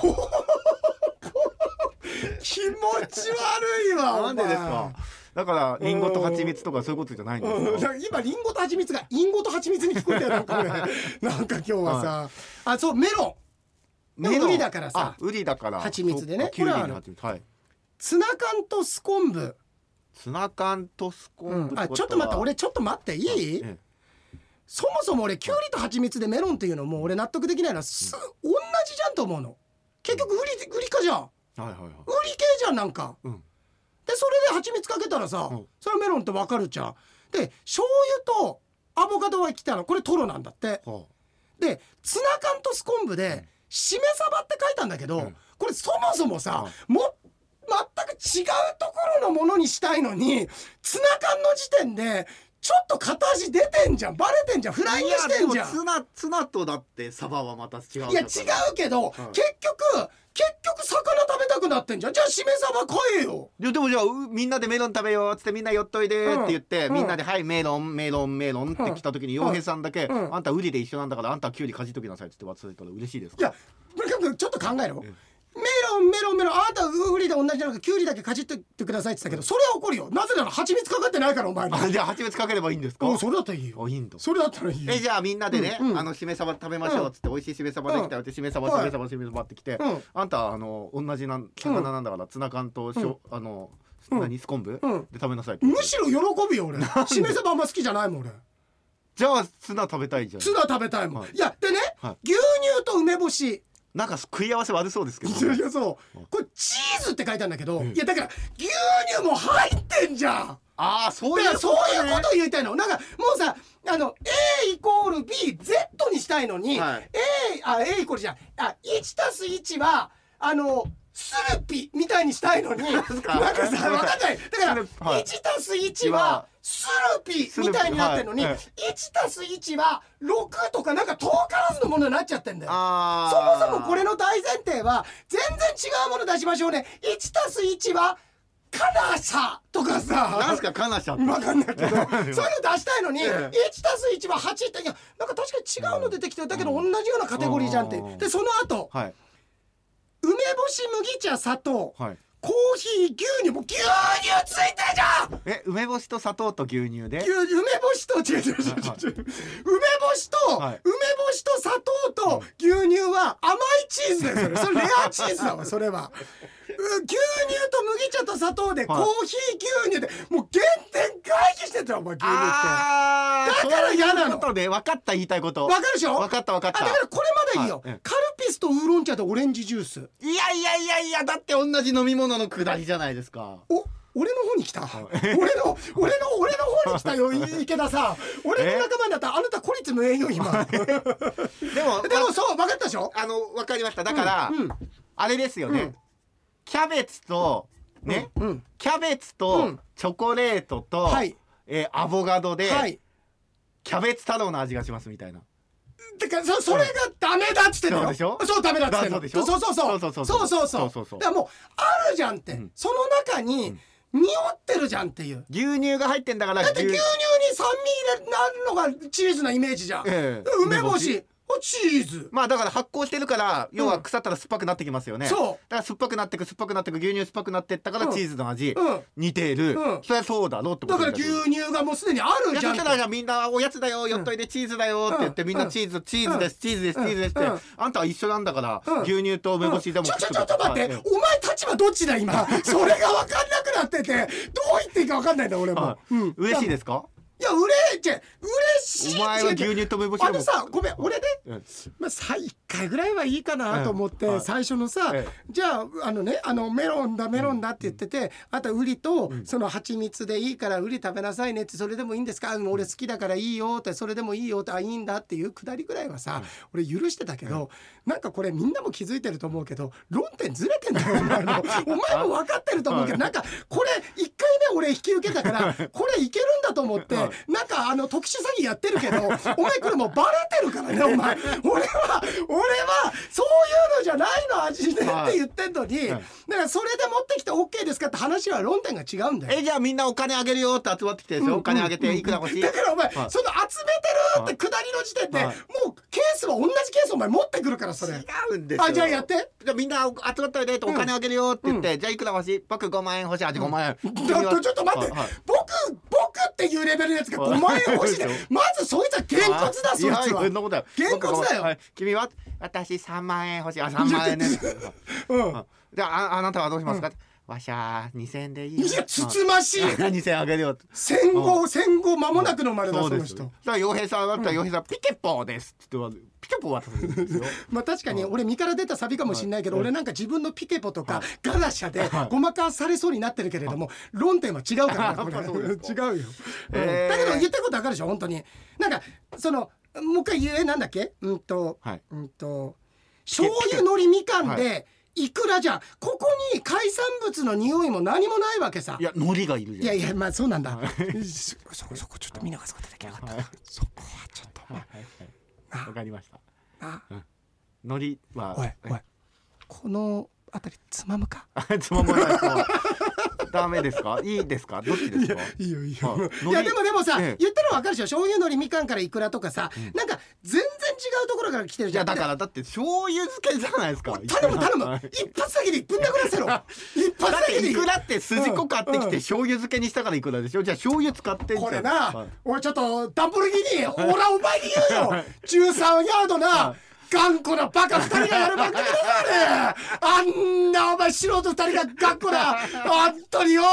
気持ち悪いわ。 なんでですか。だからリンゴと蜂蜜とかそういうことじゃないんですか。 今リンゴと蜂蜜がインゴと蜂蜜に聞こえたよなんか今日はさ、そうメロン。ウリだからさ。 ウリだから。 蜂蜜でね。これはツナ缶とスコンブ。 ツナ缶とスコンブ。 ちょっと待って、俺ちょっと待っていい？そもそも俺キュウリと蜂蜜でメロンっていうのも俺納得できないのは同じじゃんと思うの。結局ウリかじゃん。ウリ系じゃんなんか。でそれで蜂蜜かけたらさ、それメロンってわかるじゃん。で醤油とアボカドは来たの、これトロなんだって。でツナ缶とスコンブでしめ鯖って書いたんだけど、これそもそもさ、全く違うところのものにしたいのにツナ缶の時点でちょっと片足出てんじゃん、バレてんじゃん、フライングしてんじゃん。 ツナとだってサバはまた違う。 いや違うけど、結局魚食べたくなってんじゃん。じゃあしめ鯖買えよ。 でもじゃあみんなでメロン食べようっつってみんな寄っといでって言って、みんなではいメロンって来た時に洋平さんだけ、あんたウリで一緒なんだからあんたキュウリかじっときなさいっつって忘れたら嬉しいですか？ いやちょっと考えろ。メロンあなたウリで同じなのかキュウリだけかじってってくださいって言ったけど、それは怒るよ。なぜなら蜂蜜かかってないからお前じゃあ蜂蜜かければいいんですか？ それだったらいいよ。 いいんだ。 それだったらいいよ。 じゃあみんなでね、しめ鯖食べましょうっつって、美味しいしめ鯖できたよってしめ鯖ってきて、あんた同じ魚なんだからツナ缶とスコンブで食べなさいって。 むしろ喜ぶよ俺。しめ鯖あんま好きじゃないもん俺。 じゃあツナ食べたいじゃん。 ツナ食べたいもん。いやでね、牛乳と梅干し。 なんか食い合わせ悪そうですけど。 いやそうこれチーズって書いてあるんだけど、いやだから牛乳も入ってんじゃん。そういうこと言いたいの。なんかもうさA イコール B、Z にしたいのに、A イコールじゃん。1+1 はスルピみたいにしたいのに、なんかさ分かんない。だから 1+1 はスルピみたいになってるのに、1+1 は6とかなんか遠からずのものになっちゃってんだよ。そもそもこれの大前提は全然違うもの出しましょうね。1+1 はカナシャとかさ、 なんすかカナシャって分かんないけどそういうの出したいのに 1+1 は8って、いやなんか確かに違うの出てきてるだけど同じようなカテゴリーじゃんって。でその後、梅干し麦茶砂糖、コーヒー牛乳、もう牛乳ついてるじゃん。 梅干しと砂糖と牛乳で、 梅干しと梅干しと砂糖と牛乳は甘いチーズだよ。それレアチーズだわそれは。牛乳と麦茶と砂糖でコーヒー牛乳でもう原点回帰してたよお前牛乳って。だから嫌なの。 分かった、言いたいこと。 分かるでしょ。 分かった。 だからこれまだいいよ。カルピスとウーロン茶とオレンジジュース。 いやだって同じ飲み物のくだりじゃないですか。 俺の方に来た。俺の方に来たよ池田さん。俺の仲間になったらあなた孤立無縁よ今。でもそう分かったでしょ。 分かりました。だからあれですよね。キャベツとね、 うん、 キャベツうとんチョコレートと、 はい、 アボカドで、 はい、 キャベツ太郎の味がしますみたいな。 だからそれがダメだっつってんだよ。 そうでしょ。 そうダメだっつってんの。 そうでしょ。 そうそうそうそうそうそうそうそうそうそう。 だからもうあるじゃんって、 うんその中に匂ってるじゃんっていう。 牛乳が入ってんだから。 だって牛乳に酸味になるのがチーズなイメージじゃん。梅干しチーズ。 まあだから発酵してるから要は腐ったら酸っぱくなってきますよね。 そうだから酸っぱくなってく牛乳酸っぱくなってったからチーズの味似てる。 うんそれはそうだろうってこだとから牛乳がもうすでにあるじゃん。 だからみんなおやつだよ寄っといてチーズだよって言ってみんなチーズですってあんたは一緒なんだから牛乳と梅干しでもちょっと待って、お前立場どっちだ今。それが分かんなくなっててどう言っていいか分かんないんだ俺も。 嬉しいですか。 いや嬉しい。 お前は牛乳と梅干しでもさごめん俺ね、まあ1回ぐらいはいいかなと思って最初のさじゃあメロンだって言っててあとウリとその蜂蜜でいいからウリ食べなさいねってそれでもいいんですか俺好きだからいいよってそれでもいいよっていいんだっていうくだりぐらいはさ俺許してたけどなんかこれみんなも気づいてると思うけど論点ずれてんだよお前も分かってると思うけどなんかこれ1回目俺引き受けたからこれいけるんだと思ってなんか特殊詐欺やってるけどお前これもうバレてるからねお前俺はそういうのじゃないの味でって言ってんのにだからそれで持ってきて OK ですかって話は論点が違うんだよ。 じゃあみんなお金あげるよって集まってきてですよ。お金あげていくら欲しい。 だからお前その集めてるってくだりの時点でもうケースは同じケースお前持ってくるからそれ。 違うんですよ。 じゃあやって。 じゃあみんな集まったよねってお金あげるよって言ってじゃあいくら欲しい。僕5万円欲しい。5万円。 ちょっと待って僕っていうレベルのやつが5万円欲しい。まずそいつはげんこつだそいつは。げんこつだよ。 君は私3万円欲しい。3万円ね。じゃああなたはどうしますか。わしゃ2000円でいい。 いやつつましい。 2000円あげるよ。 戦後間もなくの生まれだその人。 さあ洋平さんだったら洋平さんピケポーですって言ってピケポー渡すんですよ。 まあ確かに俺身から出たサビかもしれないけど俺なんか自分のピケポとかガラシャでごまかされそうになってるけれども論点は違うからこれ違うよ。だけど言ってることわかるでしょ本当に。なんかそのもう一回言えなんだっけ醤油のりみかんでいくらじゃんここに海産物の匂いも何もないわけさ。 いや海苔がいるじゃん。 いやまあそうなんだ。そこちょっと見逃すことできなかった。そこはちょっとわかりました。 海苔はおいこのあたりつまむか。 つままないとダメですか。いいですか。どっちですか。 いいよいやでもさ言ってるの分かるでしょ。醤油のりみかんからいくらとかさなんか全然違うところから来てるじゃん。 だからだって醤油漬けじゃないですか。 頼む一発だけでぶん殴らせろ。一発だけでいくらって筋子買ってきて醤油漬けにしたからいくらでしょ。じゃあ醤油使ってんじゃん。 これな俺ちょっとダンボルギーニ俺はお前に言うよ。13ヤードな頑固なバカ2人がやる番組だからね。あんなお前素人2人が頑固なあんたによ。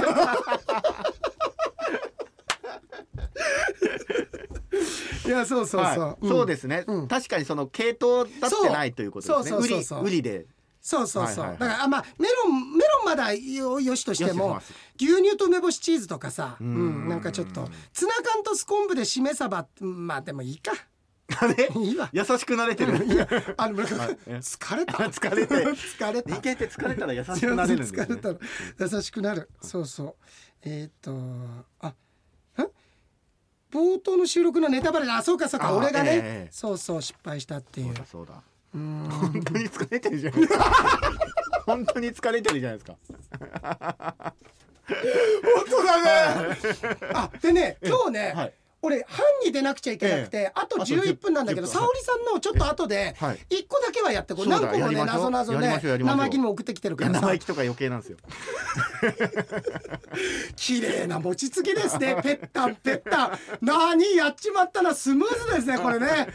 いやそうそうですね。確かにその系統だってないということですね。売りで。 そうだからまあメロンまだよしとしても牛乳と梅干しチーズとかさなんかちょっとツナ缶とス昆布でしめ鯖まあでもいいか。いいわ。 優しくなれてる。 疲れた。 疲れて。人間って疲れたら優しくなれるんですね。 疲れたら優しくなる。そう冒頭の収録のネタバレだ。そうか俺がねそう失敗したっていう。 そうだ。本当に疲れてるじゃないですか。本当に疲れてるじゃないですか。 本当だね。でね今日ね。俺班に出なくちゃいけなくてあと11分なんだけど沙織さんのちょっと後で1個だけはやってこう何個もね謎ね生意気にも送ってきてるからさ。 生意気とか余計なんですよ。 綺麗な餅つきですね。ペッタン何やっちまったな。スムーズですねこれね。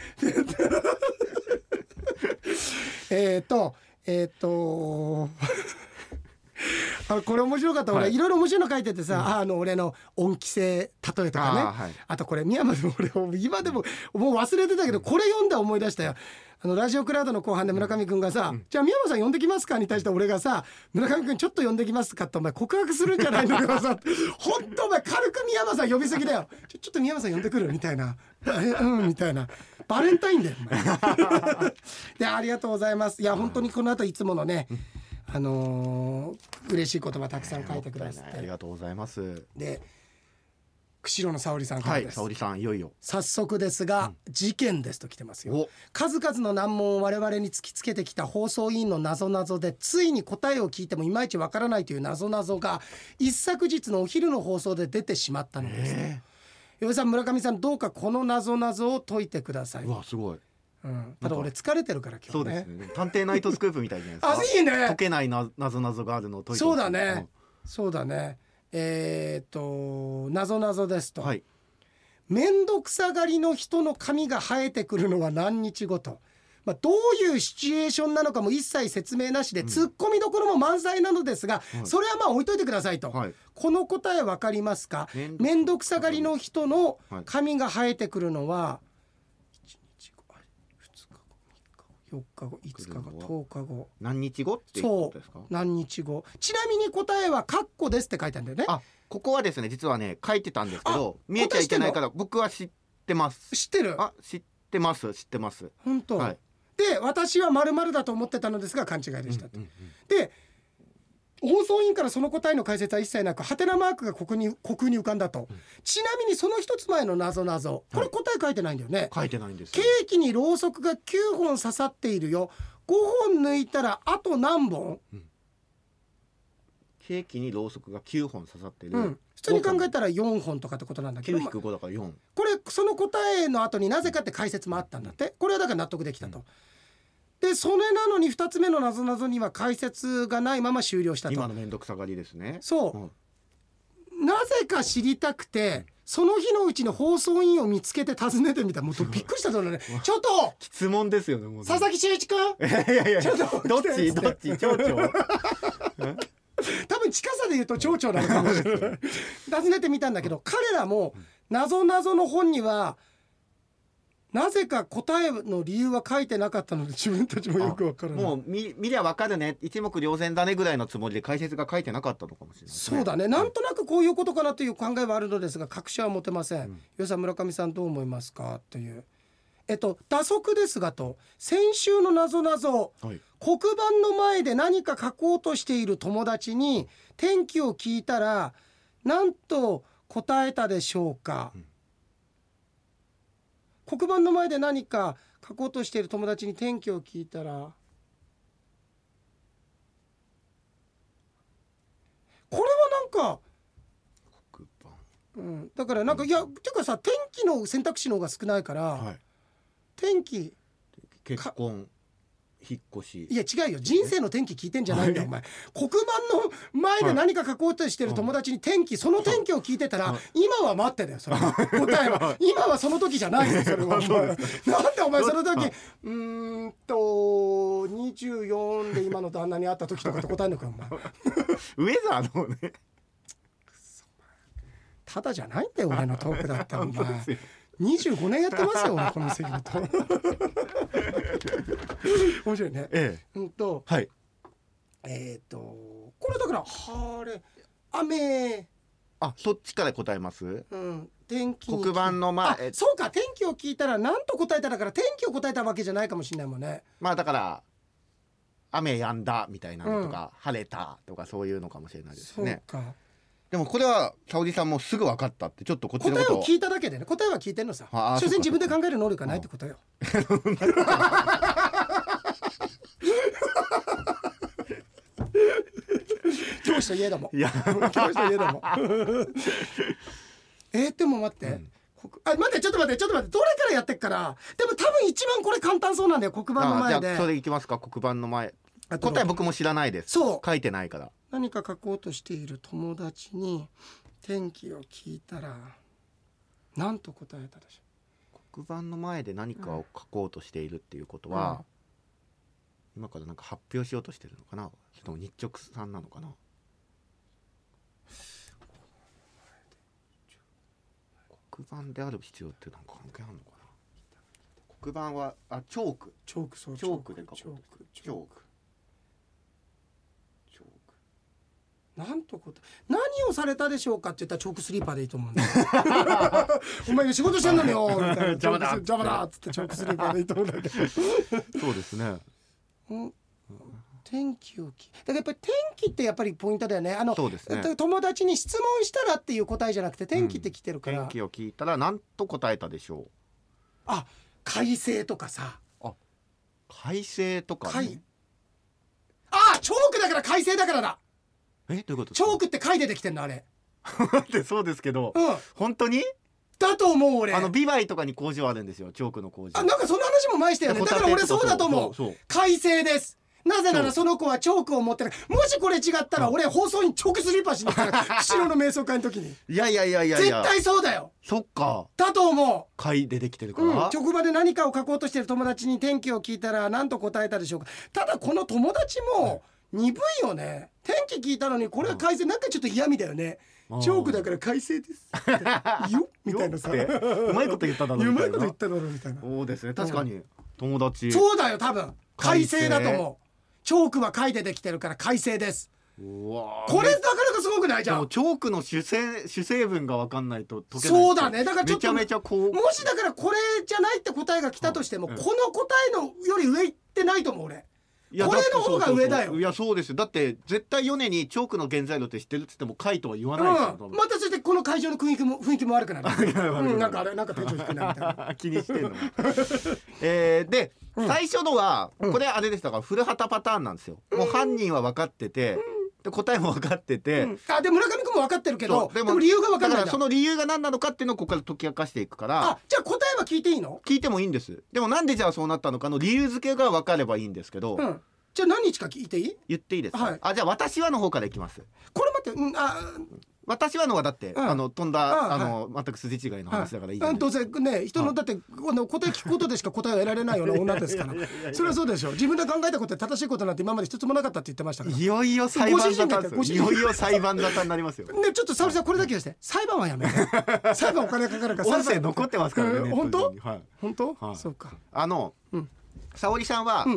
これ面白かった。俺いろいろ面白いの書いててさ俺の音気性例えとかねあとこれ宮本で俺今でももう忘れてたけどこれ読んだ思い出したよ。ラジオクラウドの後半で村上くんがさじゃあ宮本さん呼んできますかに対して俺がさ村上くんちょっと呼んできますかってお前告白するんじゃないのかさほんとお前軽く宮本さん呼びすぎだよ。ちょっと宮本さん呼んでくるみたいなみたいなバレンタインだよお前。でありがとうございます。いや本当にこの後いつものね嬉しい言葉たくさん書いてくださって、 ありがとうございます。 で釧路の沙織さんからです。 沙織さんいよいよ早速ですが、事件ですと来てますよ。数々の難問を我々に突きつけてきた放送委員の謎々で、ついに答えを聞いてもいまいちわからないという謎々が一昨日のお昼の放送で出てしまったのです。岩井さん、村上さん、どうかこの謎々を解いてください。 うわすごい。 ただ俺疲れてるから今日ね。 そうですね。探偵ナイトスクープみたいじゃないですか。 いいね。 解けない謎々があるのを解いて。 そうだね、そうだね。謎々ですと、めんどくさがりの人の髪が生えてくるのは何日後と、どういうシチュエーションなのかも一切説明なしで、ツッコミどころも満載なのですが、それは置いといてくださいと、この答え分かりますか？めんどくさがりの人の髪が生えてくるのは1日後、2日後、3日後、4日後、5日後、10日後、 何日後っていうことですか？ 何日後。ちなみに答えはカッコですって書いてあるんだよね。 ここはですね、実はね書いてたんですけど、見えちゃいけないから僕は知ってます。 知ってる？ 知ってます。 本当、で私は〇〇だと思ってたのですが勘違いでしたと、で放送委員からその答えの解説は一切なく、ハテナマークが虚空に浮かんだと、ちなみにその一つ前の謎々、これ答え書いてないんだよね。 書いてないんです。 ケーキにろうそくが9本刺さっているよ、5本抜いたらあと何本？ ケーキにろうそくが9本刺さってる、 普通に考えたら4本とかってことなんだけど、 9-5だから4。 これその答えの後になぜかって解説もあったんだって。これはだから納得できたと、でそれなのに2つ目の謎々には解説がないまま終了したと。 今のめんどくさがりですね。 そう、なぜか知りたくてその日のうちの放送委員を見つけて訪ねてみた。もうびっくりしたとねちょっと質問ですよね、もう佐々木修一君いやちょっとどっち町長多分近さで言うと町長なのかもしれない訪ねてみたんだけど、彼らも謎々の本にはなぜか答えの理由は書いてなかったので、自分たちもよく分からない。 もう 見りゃ分かるね、一目瞭然だねぐらいのつもりで解説が書いてなかったのかもしれない、 そうだね、なんとなくこういうことかなという考えはあるのですが確証は持てません。よさん、村上さんどう思いますかという。打足ですがと、先週の謎々、黒板の前で何か書こうとしている友達に天気を聞いたら何と答えたでしょうか。黒板の前で何か書こうとしている友達に天気を聞いたら、これはなんか黒板、だからなんかいやてかさ、天気の選択肢の方が少ないから、天気、 結婚、引っ越し。 いや違うよ、人生の天気聞いてんじゃないんだよお前。黒板の前で何か書こうとしてる友達に天気、その天気を聞いてたら、今は待ってだよそれ答えは今はその時じゃないよそれは。なんでお前その時24で今の旦那に会った時とかって答えんのかよお前ウェザーのね、 ただじゃないんだよ俺のトークだったお前25年やってますよ俺この仕事面白いね。これだから晴れ雨、 そっちから答えます。 天気に黒板の前、 そうか、天気を聞いたら何と答えただから天気を答えたわけじゃないかもしれないもんね。 だから雨止んだみたいなのとか、晴れたとかそういうのかもしれないですね。 そうか。 でもこれは沙織さんもすぐ分かったって、ちょっとこっちのこと答えを聞いただけでね、答えは聞いてんのさ。所詮自分で考える能力がないってことよ教師といえども教師といえどもでも待って、待ってちょっと待ってどれからやってっから。でも多分一番これ簡単そうなんだよ、黒板の前で。 じゃあそれいきますか。黒板の前、答え僕も知らないです。書いてないから。 何か書こうとしている友達に天気を聞いたら何と答えたでしょう。 黒板の前で何かを書こうとしているっていうことは、今からなんか発表しようとしてるのかな、それとも日直さんなのかな。黒板である必要ってなんか関係あるのかな。黒板はチョークで書こう。チョークなんと何をされたでしょうかって言ったらチョークスリーパーでいいと思うんだお前仕事してんのによみたいな邪魔だっつってチョークスリーパーでいいと思うんだけどそうですね。 天気をだからやっぱり天気ってやっぱりポイントだよね。 そうですね。 友達に質問したらっていう答えじゃなくて天気って来てるから、 天気を聞いたら何と答えたでしょう。 あ、快晴とかさ。 快晴とか、ね、 チョークだから快晴だからだ。 どういうことですチか。 ョークって貝でできてんのあれ。 ってそうですけど、本当にだと思う俺。 ビバイとかに工場あるんですよ、チョークの工場。 なんかその話も前したよね。だから俺そうだと思う。快晴です。なぜならその子はチョークを持ってる。もしこれ違ったら俺放送に直スリッパしに行ったら釧路の瞑想会の時に。 いや絶対そうだよ。 そっか。 だと思う。 貝でできてるから、 職場で何かを書こうとしてる友達に天気を聞いたら何と答えたでしょうか。ただこの友達も鈍いよね。天気聞いたのにこれは快晴、なんかちょっと嫌味だよね。チョークだから快晴ですよみたいなさ、 うまいこと言っただろうまいこと言っただろみたいな。 そうですね、確かに友達。 そうだよ、多分快晴だと思う。チョークは貝でできてるから快晴です。 うわ、 これなかなかすごくないじゃん。 チョークの主成分が分かんないと解けない。 そうだね。だからちょっとめちゃめちゃこう、 もしだからこれじゃないって答えが来たとしても、この答えのより上行ってないと思う俺。これの方が上だよ。 いやそうですよ。だって絶対米にチョークの原材料って知ってるっつっても貝とは言わないですよ、 またそしてこの会場の雰囲気も悪くなるなんかあれ、なんかテンション低いなみたいな気にしてんので、最初のはこれあれでしたから古畑パターンなんですよ。もう犯人は分かってて、で答えも分かってて、 で村上君も分かってるけど、でも理由が分かんない。 だからその理由が何なのかっていうのをここから解き明かしていくから。 じゃあ答えは聞いていいの？ 聞いてもいいんです。でもなんでじゃあそうなったのかの理由付けが分かればいいんですけど、 じゃあ何日か聞いていい？ 言っていいですか？じゃあ私はの方からいきます。 これ待って、 私はのはだって、飛んだ全く筋違いの話だからいいじゃない。 当然ね、人のだって答え聞くことでしか答えを得られないような女ですからそれはそうでしょ。自分で考えたことで正しいことなんて今まで一つもなかったって言ってましたから。 いよいよ裁判沙汰、いよいよ裁判沙汰になりますよね。ちょっと沙織さんこれだけして、裁判はやめて裁判お金かかるから。 音声残ってますからね。 本当？本当？そうか。 沙織さんは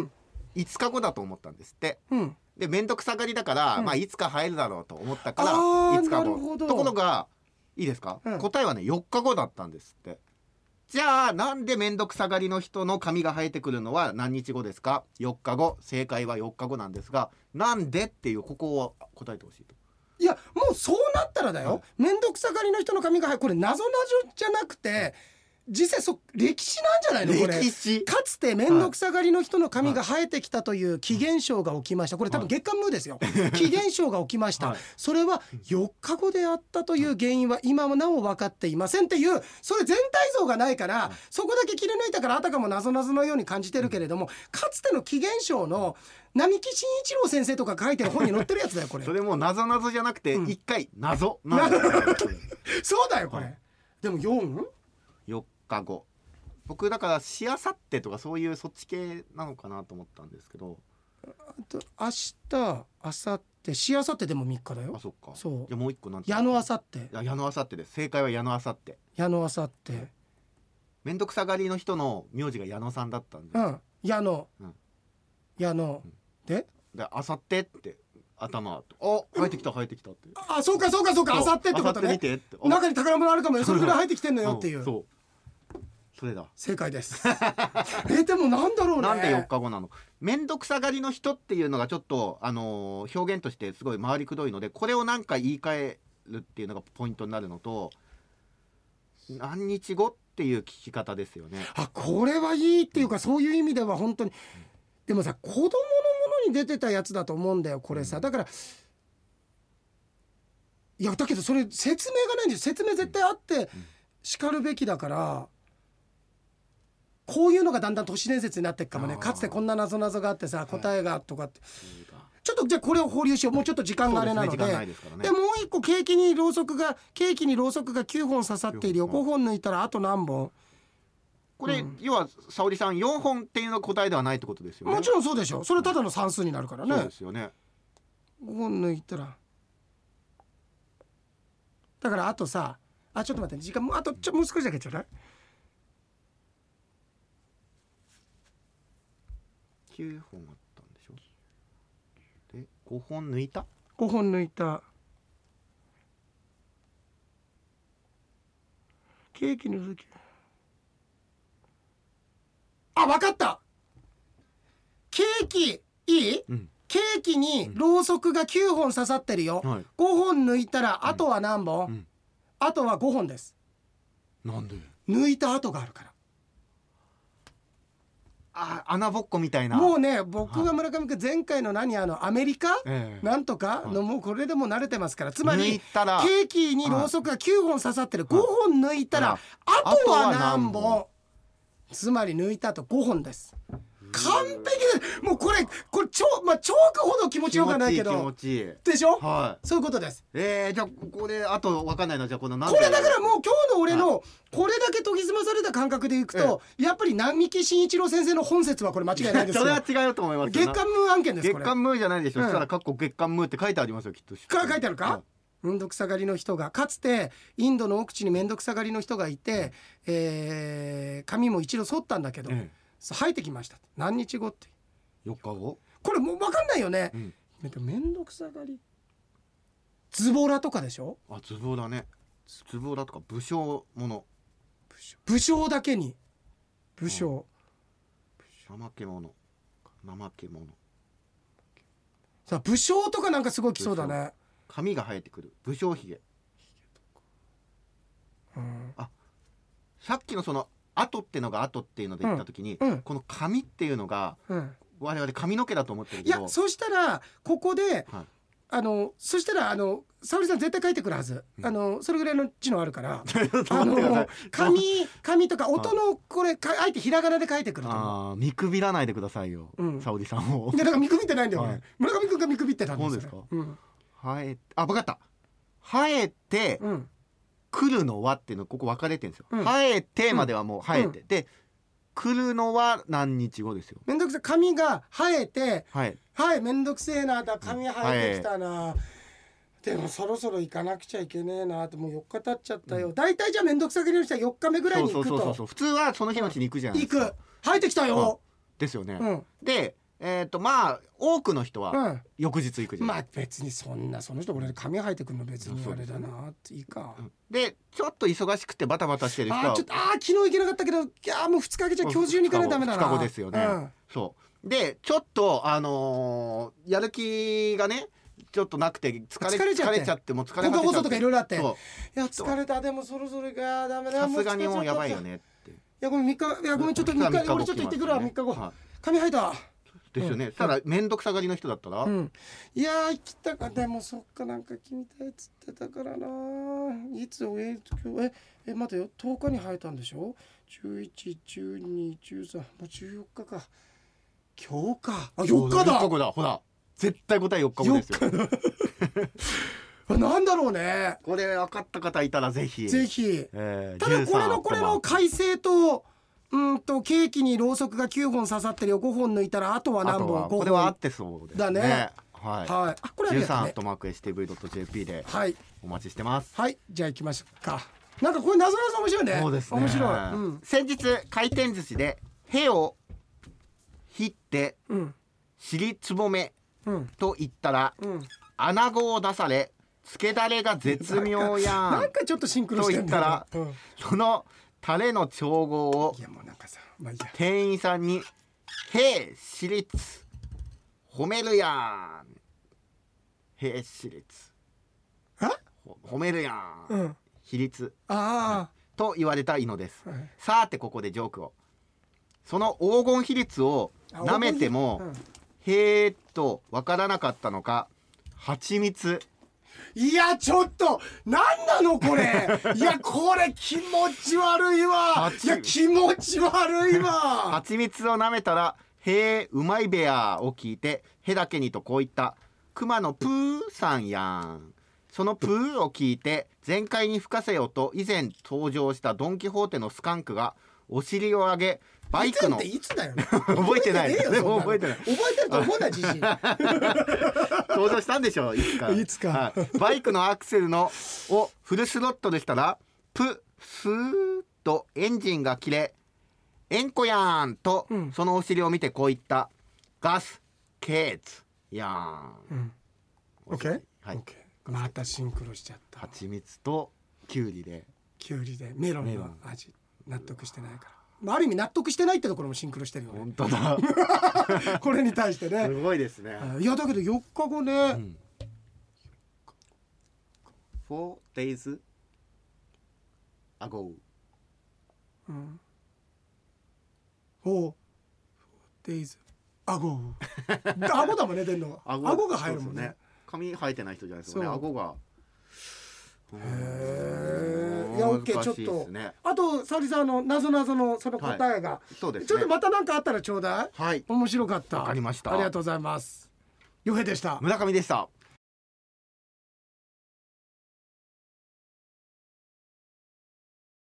5日後だと思ったんですって。で面倒くさがりだから、まあいつか入るだろうと思ったから5日後。ところがいいですか、答えはね4日後だったんですって。じゃあなんで面倒くさがりの人の髪が生えてくるのは何日後ですか？4日後。正解は4日後なんですが、なんでっていうここを答えてほしいと。 いやもうそうなったらだよ、面倒くさがりの人の髪が生える、これ謎じゃなくて実際歴史なんじゃないのこれ。かつて面倒くさがりの人の髪が生えてきたという起現象が起きました。これ多分月刊ムーですよ。起現象が起きました。それは4日後であったという原因は今もなお分かっていませんっていう、それ全体像がないからそこだけ切り抜いたからあたかも謎のように感じてるけれども、かつての起現象の並木慎一郎先生とか書いてる本に載ってるやつだよこれ。 それも謎じゃなくて一回謎そうだよこれ。でも4 日後。僕だからしあさってとかそういうそっち系なのかなと思ったんですけど、 明日明後日しあさってでも3日だよ。 あ、そっか。 そう。 じゃあもう一個なんて。 矢野あさって。 矢野あさってです。正解は矢野あさって。 矢野あさって。 めんどくさがりの人の名字が矢野さんだったんで。 矢野。矢野。であさってって頭生えてきたって。 そうかあさってってことね。中に宝物あるかもよ。それぐらい生えてきてんのよっていう。 そう。それだ。 正解です。でもなんだろうね。 なんで4日後なの。めんどくさがりの人っていうのがちょっと表現としてすごい回りくどいので、これをなんか言い換えるっていうのがポイントになるのと、何日後っていう聞き方ですよね。 これはいいっていうか、そういう意味では本当に。でもさ、子供のものに出てたやつだと思うんだよこれさ。だからいやだけどそれ説明がないんです。説明絶対あってしかるべきだから。こういうのがだんだん都市伝説になっていくかもね。かつてこんな謎があってさ、答えがとかって。ちょっとじゃあこれを放流しよう。もうちょっと時間があれなので。でもう一個ケーキにろうそくが9本刺さっているよ。5本抜いたらあと何本？ これ、要は沙織さん4本っていうのが答えではないってことですよね。 もちろんそうでしょ。それただの算数になるからね。 そうですよね。 5本抜いたらだからあとさ、ちょっと待って、時間もう少しだけちょうだい。 9本あったんでしょ。で5本抜いた。 ケーキの時、分かった。ケーキいい、ケーキにろうそくが9本刺さってるよ、 はい、 5本抜いたらあとは何本、あとは5本です。 なんで抜いた跡があるから。 穴ぼっこみたいな。 もうね、僕が村上君前回のアメリカ、なんとかの、もうこれでも慣れてますから。つまりケーキにろうそくが9本刺さってる、5本抜いたらあとは何本、つまり抜いた後5本です。完璧です。もうこれチョークほど気持ちよくはないけど、 気持ちいいでしょ、 はい、 そういうことです。 じゃあこれあと分かんないな。じゃあこれだからもう今日の俺のこれだけ研ぎ澄まされた感覚でいくと、やっぱり並木慎一郎先生の本説はこれ間違いないですよ。 それは違うと思います。 月刊ムー案件です。これ月刊ムーじゃないでしょ。そしたら月刊ムーって書いてありますよ、きっと。 書いてあるか。めんどくさがりの人が、かつてインドの奥地にめんどくさがりの人がいて、髪も一度剃ったんだけど、生えてきました。何日後って。 4日後。 これもう分かんないよね。めんどくさがり。ズボラとかでしょ。 ズボラね。ズボラとか武将もの。 武将だけに武将。 怠け者。 さあ武将とかなんかすごい来そうだね。 髪が生えてくる。武将ひげ。さっきのその後ってのが後っていうので言った時に、この髪っていうのが、我々髪の毛だと思ってるけど、 いや、そしたらここで、そしたら沙織さん絶対書いてくるはず、それぐらいの知能あるから紙とか音のこれあえてひらがなで書いてくると思う。 見くびらないでくださいよ、沙織さんを。 だから見くびってないんだよ、村上君が見くびってたんですよ。 そうですか。分かった。生えて、来るのはっていうのここ分かれてるんですよ。生えてまではもう生えて、で来るのは何日後ですよ。 めんどくさい。髪が生えて、めんどくせえな、髪生えてきたな、でもそろそろ行かなくちゃいけねえなって、もう4日経っちゃったよ。大体じゃあめんどくさがりの人は4日目ぐらいに行くと。 普通はその日のうちに行くじゃないですか。 行く。生えてきたよ。 ですよね。でまあ多くの人は翌日行くじゃん。 まあ別にその人俺髪生えてくるの別にあれだなっていいか。 でちょっと忙しくてバタバタしてる人は昨日行けなかったけど、もう2日空けちゃ今日中に行かないとダメだな。 2日後ですよね。そうでちょっとやる気がねちょっっとなくて疲れちゃってもう疲れ果てちゃって、 こことかいろいろあって、いや疲れた、でもそろそろがダメだ、 さすがにもうやばいよねって。 いやごめん3日、いやごめんちょっと3日俺ちょっと行ってくるわ。3日後髪生えたですよね。ただ面倒くさがりの人だったら、 いや行きたか、でもそっか、なんか決めたいっつってたからな。いつ待てよ、10日に生えたんでしょ。11、12、13、もう14日か。今日か。あ、4日だ。 4日だ。ほら絶対答え4日後ですよ。 なんだろうね。 これ分かった方いたらぜひ。ただこれの改正とケーキにろうそくが9本刺さってるよ、5本抜いたらあとは何本。 これは合ってそうですね。 だね。はい。あ、これ 13@stv.jp でお待ちしてます。 はい。じゃあ行きましょうか。なんかこれ謎々面白いね。 そうですね。 面白い。 先日回転寿司でへをひって尻つぼめと言ったら穴子を出され、つけだれが絶妙やん。 なんかちょっとシンクロしてんだよ。 と言ったらそのタレの調合を店員さんに「へい私立褒めるやん」「へい私立褒めるやん」「比率」と言われたいのです。さてここでジョークを。その黄金比率をなめてもへーっとわからなかったのか、蜂蜜。 いやちょっとなんなのこれ。いやこれ気持ち悪いわ。いや気持ち悪いわ。 蜂蜜を舐めたらへーうまいべやを聞いてへだけにとこう言った。熊のプーさんやん。そのプーを聞いて全開に吹かせよと以前登場したドン・キホーテのスカンクがお尻を上げバイクのいつだよね。 覚えてない。 でも覚えてると思うな、自身。 登場したんでしょう、いつか。バイクのアクセルをフルスロットルしたらプスーッとエンジンが切れ、えんこやんとそのお尻を見てこう言った。ガスケーツやん。 オッケー。またシンクロしちゃった。 蜂蜜とキュウリでメロンの味納得してないから。 ある意味納得してないってところもシンクロしてるよね。 本当だこれに対してね。 すごいですね。 いやだけど4日後ね、 4 days ago。 4 days ago 顎だもんね出んのが。顎が入るもんね。 髪生えてない人じゃないですかね、顎が。 いや OK ちょっと、あと沙織さん謎のその答えが、 そうですね、 ちょっとまた何かあったらちょうだい。 はい、 面白かった。 わかりました。 ありがとうございます。よへでした。 村上でした。